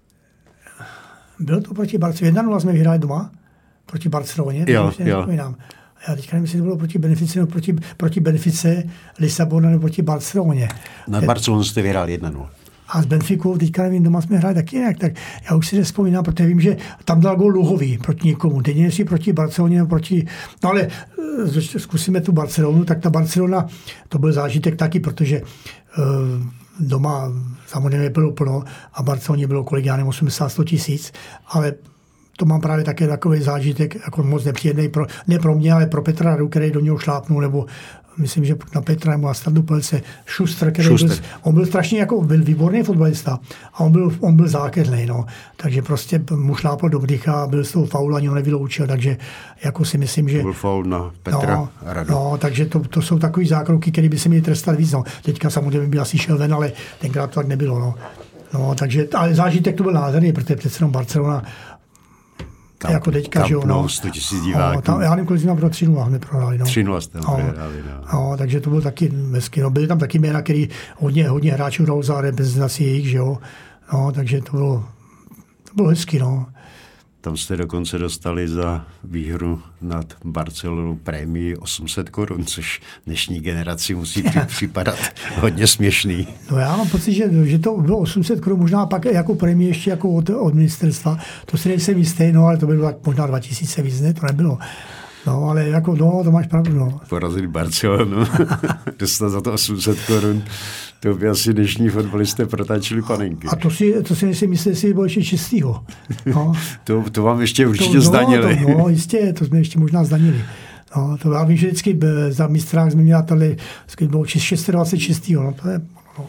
bylo to proti Barceloně. jedna nula jsme vyhráli doma proti Barceloně. Jo, jo. Já teďka nevím, jestli to bylo proti Benefice, nebo proti, proti Benefice, Lisabona, nebo proti Barceloně. Na Barcelonu jste vyhráli jedna nula. A s Benficou, teďka nevím, doma jsme hráli taky nějak, tak já už si nespomínám, protože vím, že tam dal gól Luhový proti někomu. Teď nevím, proti Barceloně, proti... No ale zkusíme tu Barcelonu, tak ta Barcelona, to byl zážitek taky, protože uh, doma samozřejmě bylo plno a Barceloně bylo kolik, já nevím, osmdesát sto tisíc, ale to mám právě také takový zážitek, jako moc nepříjemný, pro, ne pro mě, ale pro Petra Radu, který do něho šlápnul, nebo myslím, že na Petra mu na startu Pelce, Schuster, který Schuster. byl, on byl strašně jako, byl výborný fotbalista a on byl, on byl zákeřnej, no. Takže prostě mu šlápl do břicha, byl z toho faul, ani ho nevyloučil, takže jako si myslím, že... Byl faul na Petra no, Radu. No, takže to, to jsou takový zákroky, které by se měly trestat víc, no. Teďka samozřejmě by asi šel ven, ale tenkrát to tak nebylo, no. No, takže, ale zážitek to byl nádherný, protože přece jenom Barcelona Kamp, jako teďka, že jo, no. sto tisíc diváků. No, tam, já nevím, kolik jsme pro tři nula neprohráli, no. tři nula jste no, prohráli, no. no. takže to bylo taky hezky, no. Byly tam taky jména, který hodně, hodně hráčů hrál za reprezentaci jejich, že jo. No, takže to bylo, to bylo hezky, no. Tam jste dokonce dostali za výhru nad Barcelonou prémii osm set korun, což dnešní generaci musí připadat hodně směšný. No já mám pocit, že, že to bylo osm set korun, možná pak jako prémie ještě jako od, od ministerstva. To si nejsem jistý, no ale to bylo tak možná dva tisíce víc, ne? To nebylo. No ale jako, no, to máš pravdu, no. Porazit Barcelonu, dostat za to osm set korun, to by asi dnešní fotbalisté protáčeli panenky. A to si, to si nejsem jistý, jestli bylo ještě čistýho. No. to, to vám ještě určitě to, zdanili. No, to, no, jistě, to jsme ještě možná zdanili. No, to já vím, že vždycky za mistrách jsme měli tady, bylo dvacet šest čistýho, no to je... No,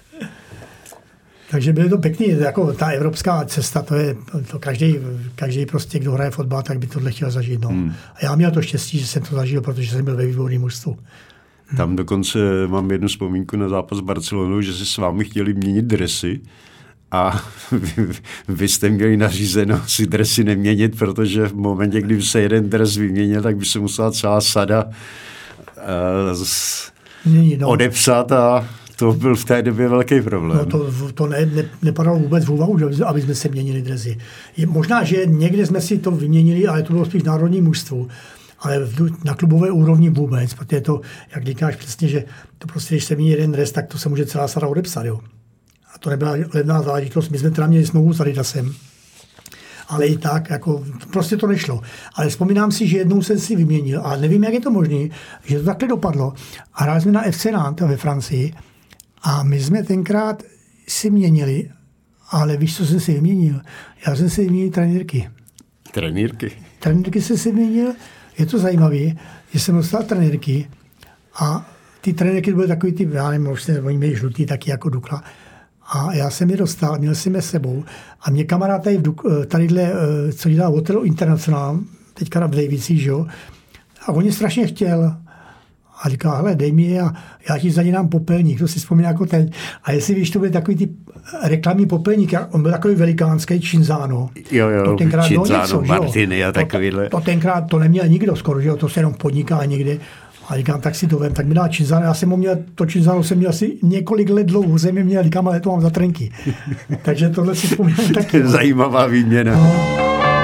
takže bylo to pěkný, jako ta evropská cesta, to je, to každý, každý prostě, kdo hraje fotbal, tak by tohle chtěl zažít. No. Hmm. A já měl to štěstí, že jsem to zažil, protože jsem byl ve výborném mužstvu. Tam dokonce mám jednu vzpomínku na zápas Barcelonou, že si s vámi chtěli měnit dresy a vy, vy jste měli nařízeno si dresy neměnit, protože v momentě, kdy se jeden dres vyměnil, tak by se musela celá sada uh, z, Mění, no. odepsat a to byl v té době velký problém. No to, to ne, ne, nepadalo vůbec v úvahu, že, aby jsme se měnili dresy. Je, možná, že někde jsme si to vyměnili, ale to bylo spíš národní mužstvu. Ale na klubové úrovni vůbec, protože to, jak říkáš přesně, že to prostě, když se mění jeden dres, tak to se může celá sada odepsat. Jo. A to nebyla levná záležitost. My jsme teda měli smlouvu s Adidasem. Ale i tak, jako, prostě to nešlo. Ale vzpomínám si, že jednou jsem si vyměnil, a nevím, jak je to možné, že to takhle dopadlo. A hráli jsme na F C Nantes ve Francii a my jsme tenkrát si měnili, ale víš, co jsem si vyměnil? Já jsem si vyměnil trenýrky. Trenýrky? Trenýrky jsem si vyměnil. Je to zajímavé, že jsem dostal trenýrky a ty trenýrky byly takový ty, já nevím, možná oni měli žlutý, taky jako Dukla. A já jsem je dostal, měl jsem je sebou a mě kamarád tady, tadyhle, co dělá Hotel International, teďka na Davicích, že jo, a on je strašně chtěl. A říká, hele, dej mi je a já ti za ně dám popelník, to si vzpomíná jako teď. A jestli víš, to byly takový ty reklamní popelník, on byl takový velikánský Cinzano. Jo, jo, to tenkrát Cinzano, Martini a takovýhle. To, to tenkrát to neměl nikdo skoro, že jo, to se jenom podniká někde. A říkám, tak si to vem, tak mi dá Cinzano. Já jsem ho měl, to Cinzano jsem měl asi několik let dlouho, jsem je měl, říkám, ale to mám za trenky. Takže tohle si vzpomínám taky. Zajímavá výměna. No.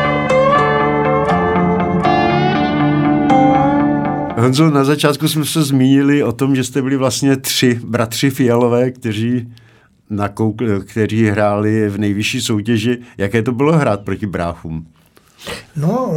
Honzo, na začátku jsme se zmínili o tom, že jste byli vlastně tři bratři Fialové, kteří, nakoukli, kteří hráli v nejvyšší soutěži. Jaké to bylo hrát proti bráchům? No,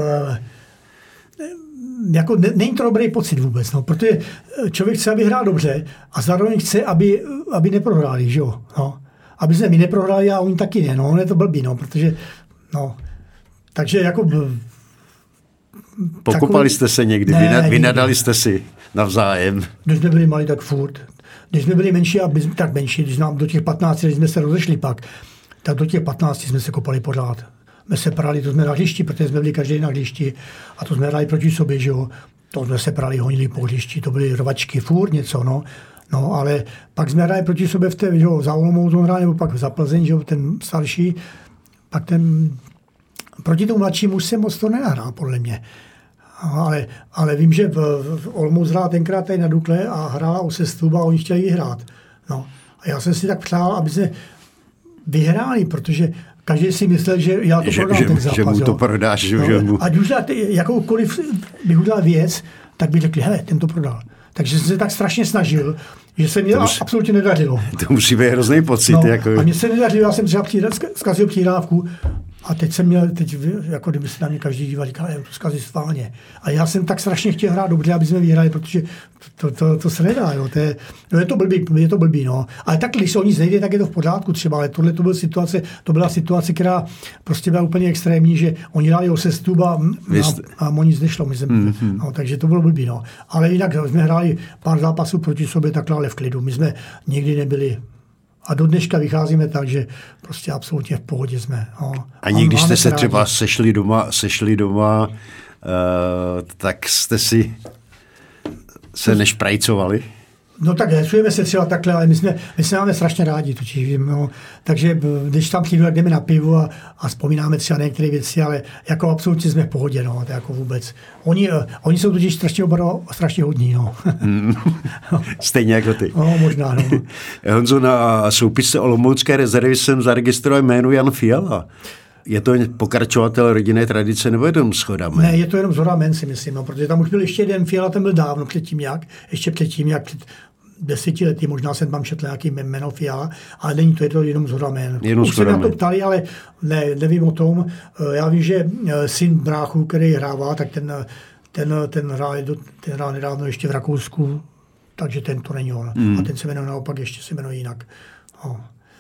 jako ne, není to dobrý pocit vůbec, no, protože člověk chce, aby hrál dobře a zároveň chce, aby, aby neprohráli, že jo, no. Aby jsme my neprohráli a oni taky ne, no, on je to blbý, no, protože, no, takže jako... Pokopali takový... jste se někdy, ne, vynadali nikdy. Jste si navzájem. Když jsme byli malí, tak furt. Když jsme byli menší, a tak menší, když nám do těch patnácti, když jsme se rozešli pak, tak do těch patnácti jsme se kopali pořád. My se prali, to jsme na hřišti, protože jsme byli každý na hřišti a to jsme hrali proti sobě, že jo. To jsme se prali, honili po hřišti, to byly rvačky, furt něco, no. No, ale pak jsme hráli proti sobě v té, že jo, za Olomouc hráli, nebo pak za Plzeň, že jo, ten starší, pak ten, proti tomu mladšímu už se moc to nenahrál, podle mě. Ale, ale vím, že v, v Olomouc hrál tenkrát tady na Dukle a hrála o sestup a oni chtěli vyhrát. No. A já jsem si tak přál, aby se vyhráli, protože každý si myslel, že já to že, prodám že, ten zápas. Že mu to prodáš. Že no, že mu... Ať už dát jakoukoliv bych udělal věc, tak by řekli, hele, ten to prodal. Takže jsem se tak strašně snažil, že se mě musí, absolutně nedařilo. To musí být hrozný pocit. No, jako... A mně se nedařilo, já jsem třeba zkazil přidávku A teď jsem měl, teď, jako kdyby se na mě každý díval, říkal, to zkazí sválně. A já jsem tak strašně chtěl hrát dobře, aby jsme vyhráli, protože to, to, to, to se nedá, jo. To je, no je to blbý, je to blbý, no. Ale tak, když se o nic nejde, tak je to v pořádku třeba, ale tohle to byla situace, to byla situace, která prostě byla úplně extrémní, že oni dali o sestup a, a, a o nic nešlo, myslím. Mm-hmm. No, takže to bylo blbý, no. Ale jinak jsme hráli pár zápasů proti sobě takhle, ale v klidu. My jsme nikdy nebyli. A do dneška vycházíme tak, že prostě absolutně v pohodě jsme. No. A někdy jste se třeba sešli doma, sešli doma uh, tak jste si se nešprajcovali? No tak hecujeme se třeba takhle, ale my jsme, my jsme máme strašně rádi. Totiž, no. Takže když tam přijdu, jdeme na pivo a, a vzpomínáme třeba některé věci, ale jako absolutně jsme v pohodě, no, to jako vůbec. Oni, oni jsou totiž strašně oba strašně hodní, no. Hmm. Stejně jako ty. No, možná, no. Honzo, na soupise olomoucké rezervy jsem zaregistroval jméno Jan Fiala. Je to pokračovatel rodinné tradice, nebo je to jenom shoda jmen? Ne, je to jenom shoda jmen, si myslím, no, protože tam už byl ještě jeden Fiala, ten byl dávno předtím jak, ještě předtím jak před deseti lety, možná jsem tam četl nějaký jméno Fiala, ale není to, je to jenom shoda jmen. Už se na to ptali, ale ne, nevím o tom. Já vím, že syn bráchu, který hrává, tak ten, ten, ten, hrál, ten hrál nedávno ještě v Rakousku, takže ten to není on. Hmm. A ten se jmenuje naopak, ještě se jmenuje jinak. No.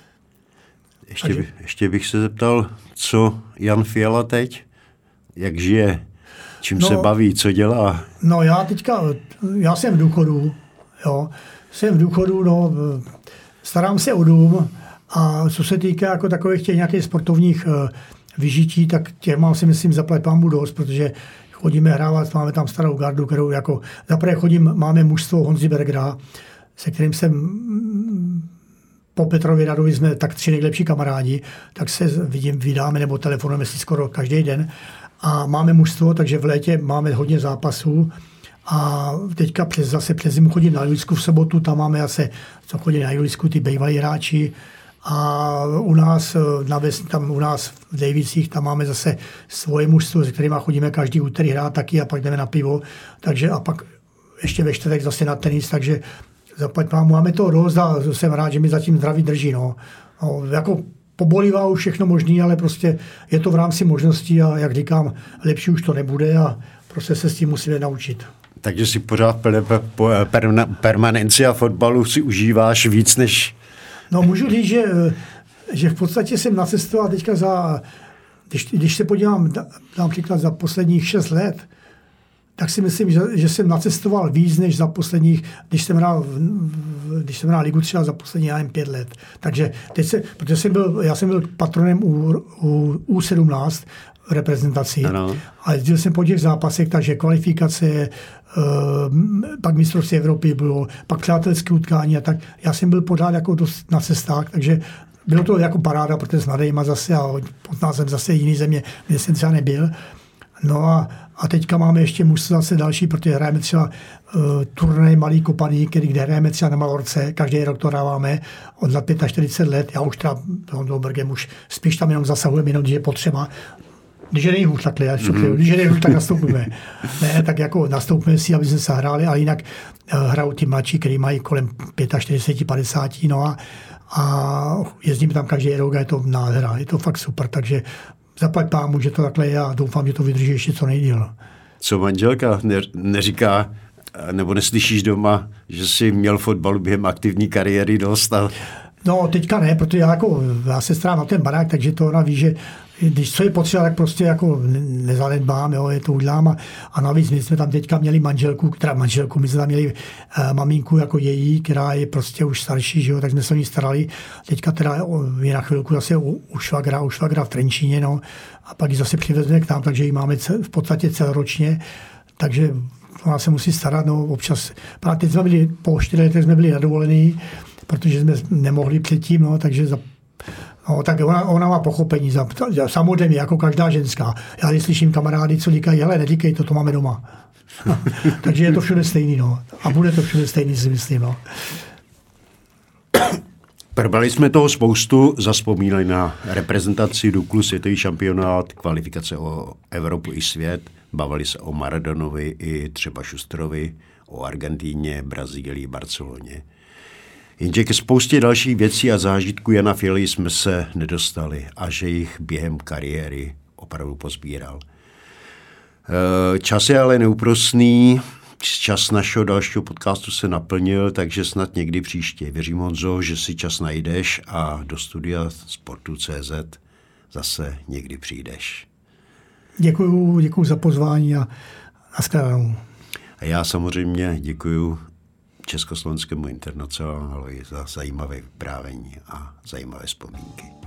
Ještě, by, ještě bych se zeptal, co Jan Fiala teď? Jak žije? Čím no, se baví? Co dělá? No já teďka, já jsem v důchodu, jo. Jsem v důchodu, no, starám se o dům a co se týká jako takových těch nějakých sportovních uh, vyžití, tak těch mám si myslím zaplať pánbu dost, protože chodíme hrávat, máme tam starou gardu, kterou jako, zaprvé chodím, máme mužstvo Honzi Bergera, se kterým jsem po Petrovi Radovi jsme tak tři nejlepší kamarádi, tak se vidím, vydáme nebo telefonujeme si skoro každý den. A máme mužstvo, takže v létě máme hodně zápasů. A teďka přes, zase přes zimu chodím na Julisku v sobotu, tam máme zase, co chodí na Julisku, ty bývalí hráči. A u nás, na ves, tam u nás v Dejvicích, tam máme zase svoje mužstvo, se kterými chodíme každý úterý hrát taky a pak jdeme na pivo. Takže a pak ještě ve čtvrtek zase na tenis, takže zaplať pámu, máme to dost a jsem rád, že mi zatím zdraví drží. No. No, jako pobolívá už všechno možný, ale prostě je to v rámci možností a jak říkám, lepší už to nebude a prostě se s tím musíme naučit. Takže si pořád permanenci a fotbalu si užíváš víc než... No můžu říct, že, že v podstatě jsem nacestoval teďka za, když, když se podívám například za posledních šest let, tak si myslím, že, že jsem nacestoval víc, než za posledních, když jsem hrál, když jsem hrál ligu třeba za poslední já pět let. Takže teď se, protože jsem byl, já jsem byl patronem u, u U sedmnáct v reprezentaci ano. A jezdil jsem po těch zápasech, takže kvalifikace, pak mistrovství Evropy bylo, pak přátelské utkání a tak. Já jsem byl pořád jako dost na cestách, takže bylo to jako paráda, protože s mladejma zase a poznal jsem zase jiný země, kde jsem třeba nebyl. No a, a teďka máme ještě mužstvo zase další, protože hrajeme třeba uh, turnaj Malý Kopaný, který, kde hrajeme třeba na Malorce, každý rok to hráváme od čtyřicet pět let. Já už teda Hondou Bergem už spíš tam jenom zasahujeme, jenom když je potřeba. Když je nejhůř takhle, mm-hmm. když je nejhůř, tak nastoupíme. Ne, tak jako nastoupíme si, aby jsme se hráli, ale jinak uh, hrajou ty mladší, který mají kolem čtyřicet pět padesát, no a, a jezdíme tam každý rok a je to nádhera, je to fakt super, takže zaplať pámu, že to takhle je a doufám, že to vydrží ještě co nejdýl. Co manželka ne, neříká, nebo neslyšíš doma, že jsi měl fotbalu během aktivní kariéry dost? A... No teďka ne, protože já, jako, já se starám na ten barák, takže to ona ví, že když co je potřeba, tak prostě jako nezanedbám, jo, je to udělám. A, a navíc my jsme tam teďka měli manželku, která manželku, my jsme tam měli uh, maminku jako její, která je prostě už starší, že jo, tak jsme se o ní starali. Teďka teda je na chvilku zase u, u švagra, u švagra v Trenčíně, no, a pak ji zase přivezme k nám, takže ji máme cel, v podstatě celoročně, takže ona se musí starat, no, občas. Právě teď jsme byli, po čtyři letech jsme byli nadovolení, protože jsme nemohli předtím, no, takže za No, tak ona, ona má pochopení, za, za, samozřejmě, jako každá ženská. Já když slyším kamarády, co říkají, hele, neříkej to, to máme doma. Takže je to všude stejný, no. A bude to všude stejný, si myslím, no. Probrali jsme toho spoustu, zazpomínali na reprezentaci, Duklu, světový šampionát, kvalifikace o Evropu i svět, bavili se o Maradonovi i třeba Šustrovi, o Argentíně, Brazílii, Barceloně. Jenže ke spoustě dalších věcí a zážitků Jana Fialy jsme se nedostali a že jich během kariéry opravdu pozbíral. Čas je ale neúprosný, čas našeho dalšího podcastu se naplnil, takže snad někdy příště. Věřím, Honzo, že si čas najdeš a do studia Sportu tečka cé zet zase někdy přijdeš. Děkuju, děkuju za pozvání a nashledanou. A já samozřejmě děkuju Československému internacionálu za zajímavé vyprávění a zajímavé vzpomínky.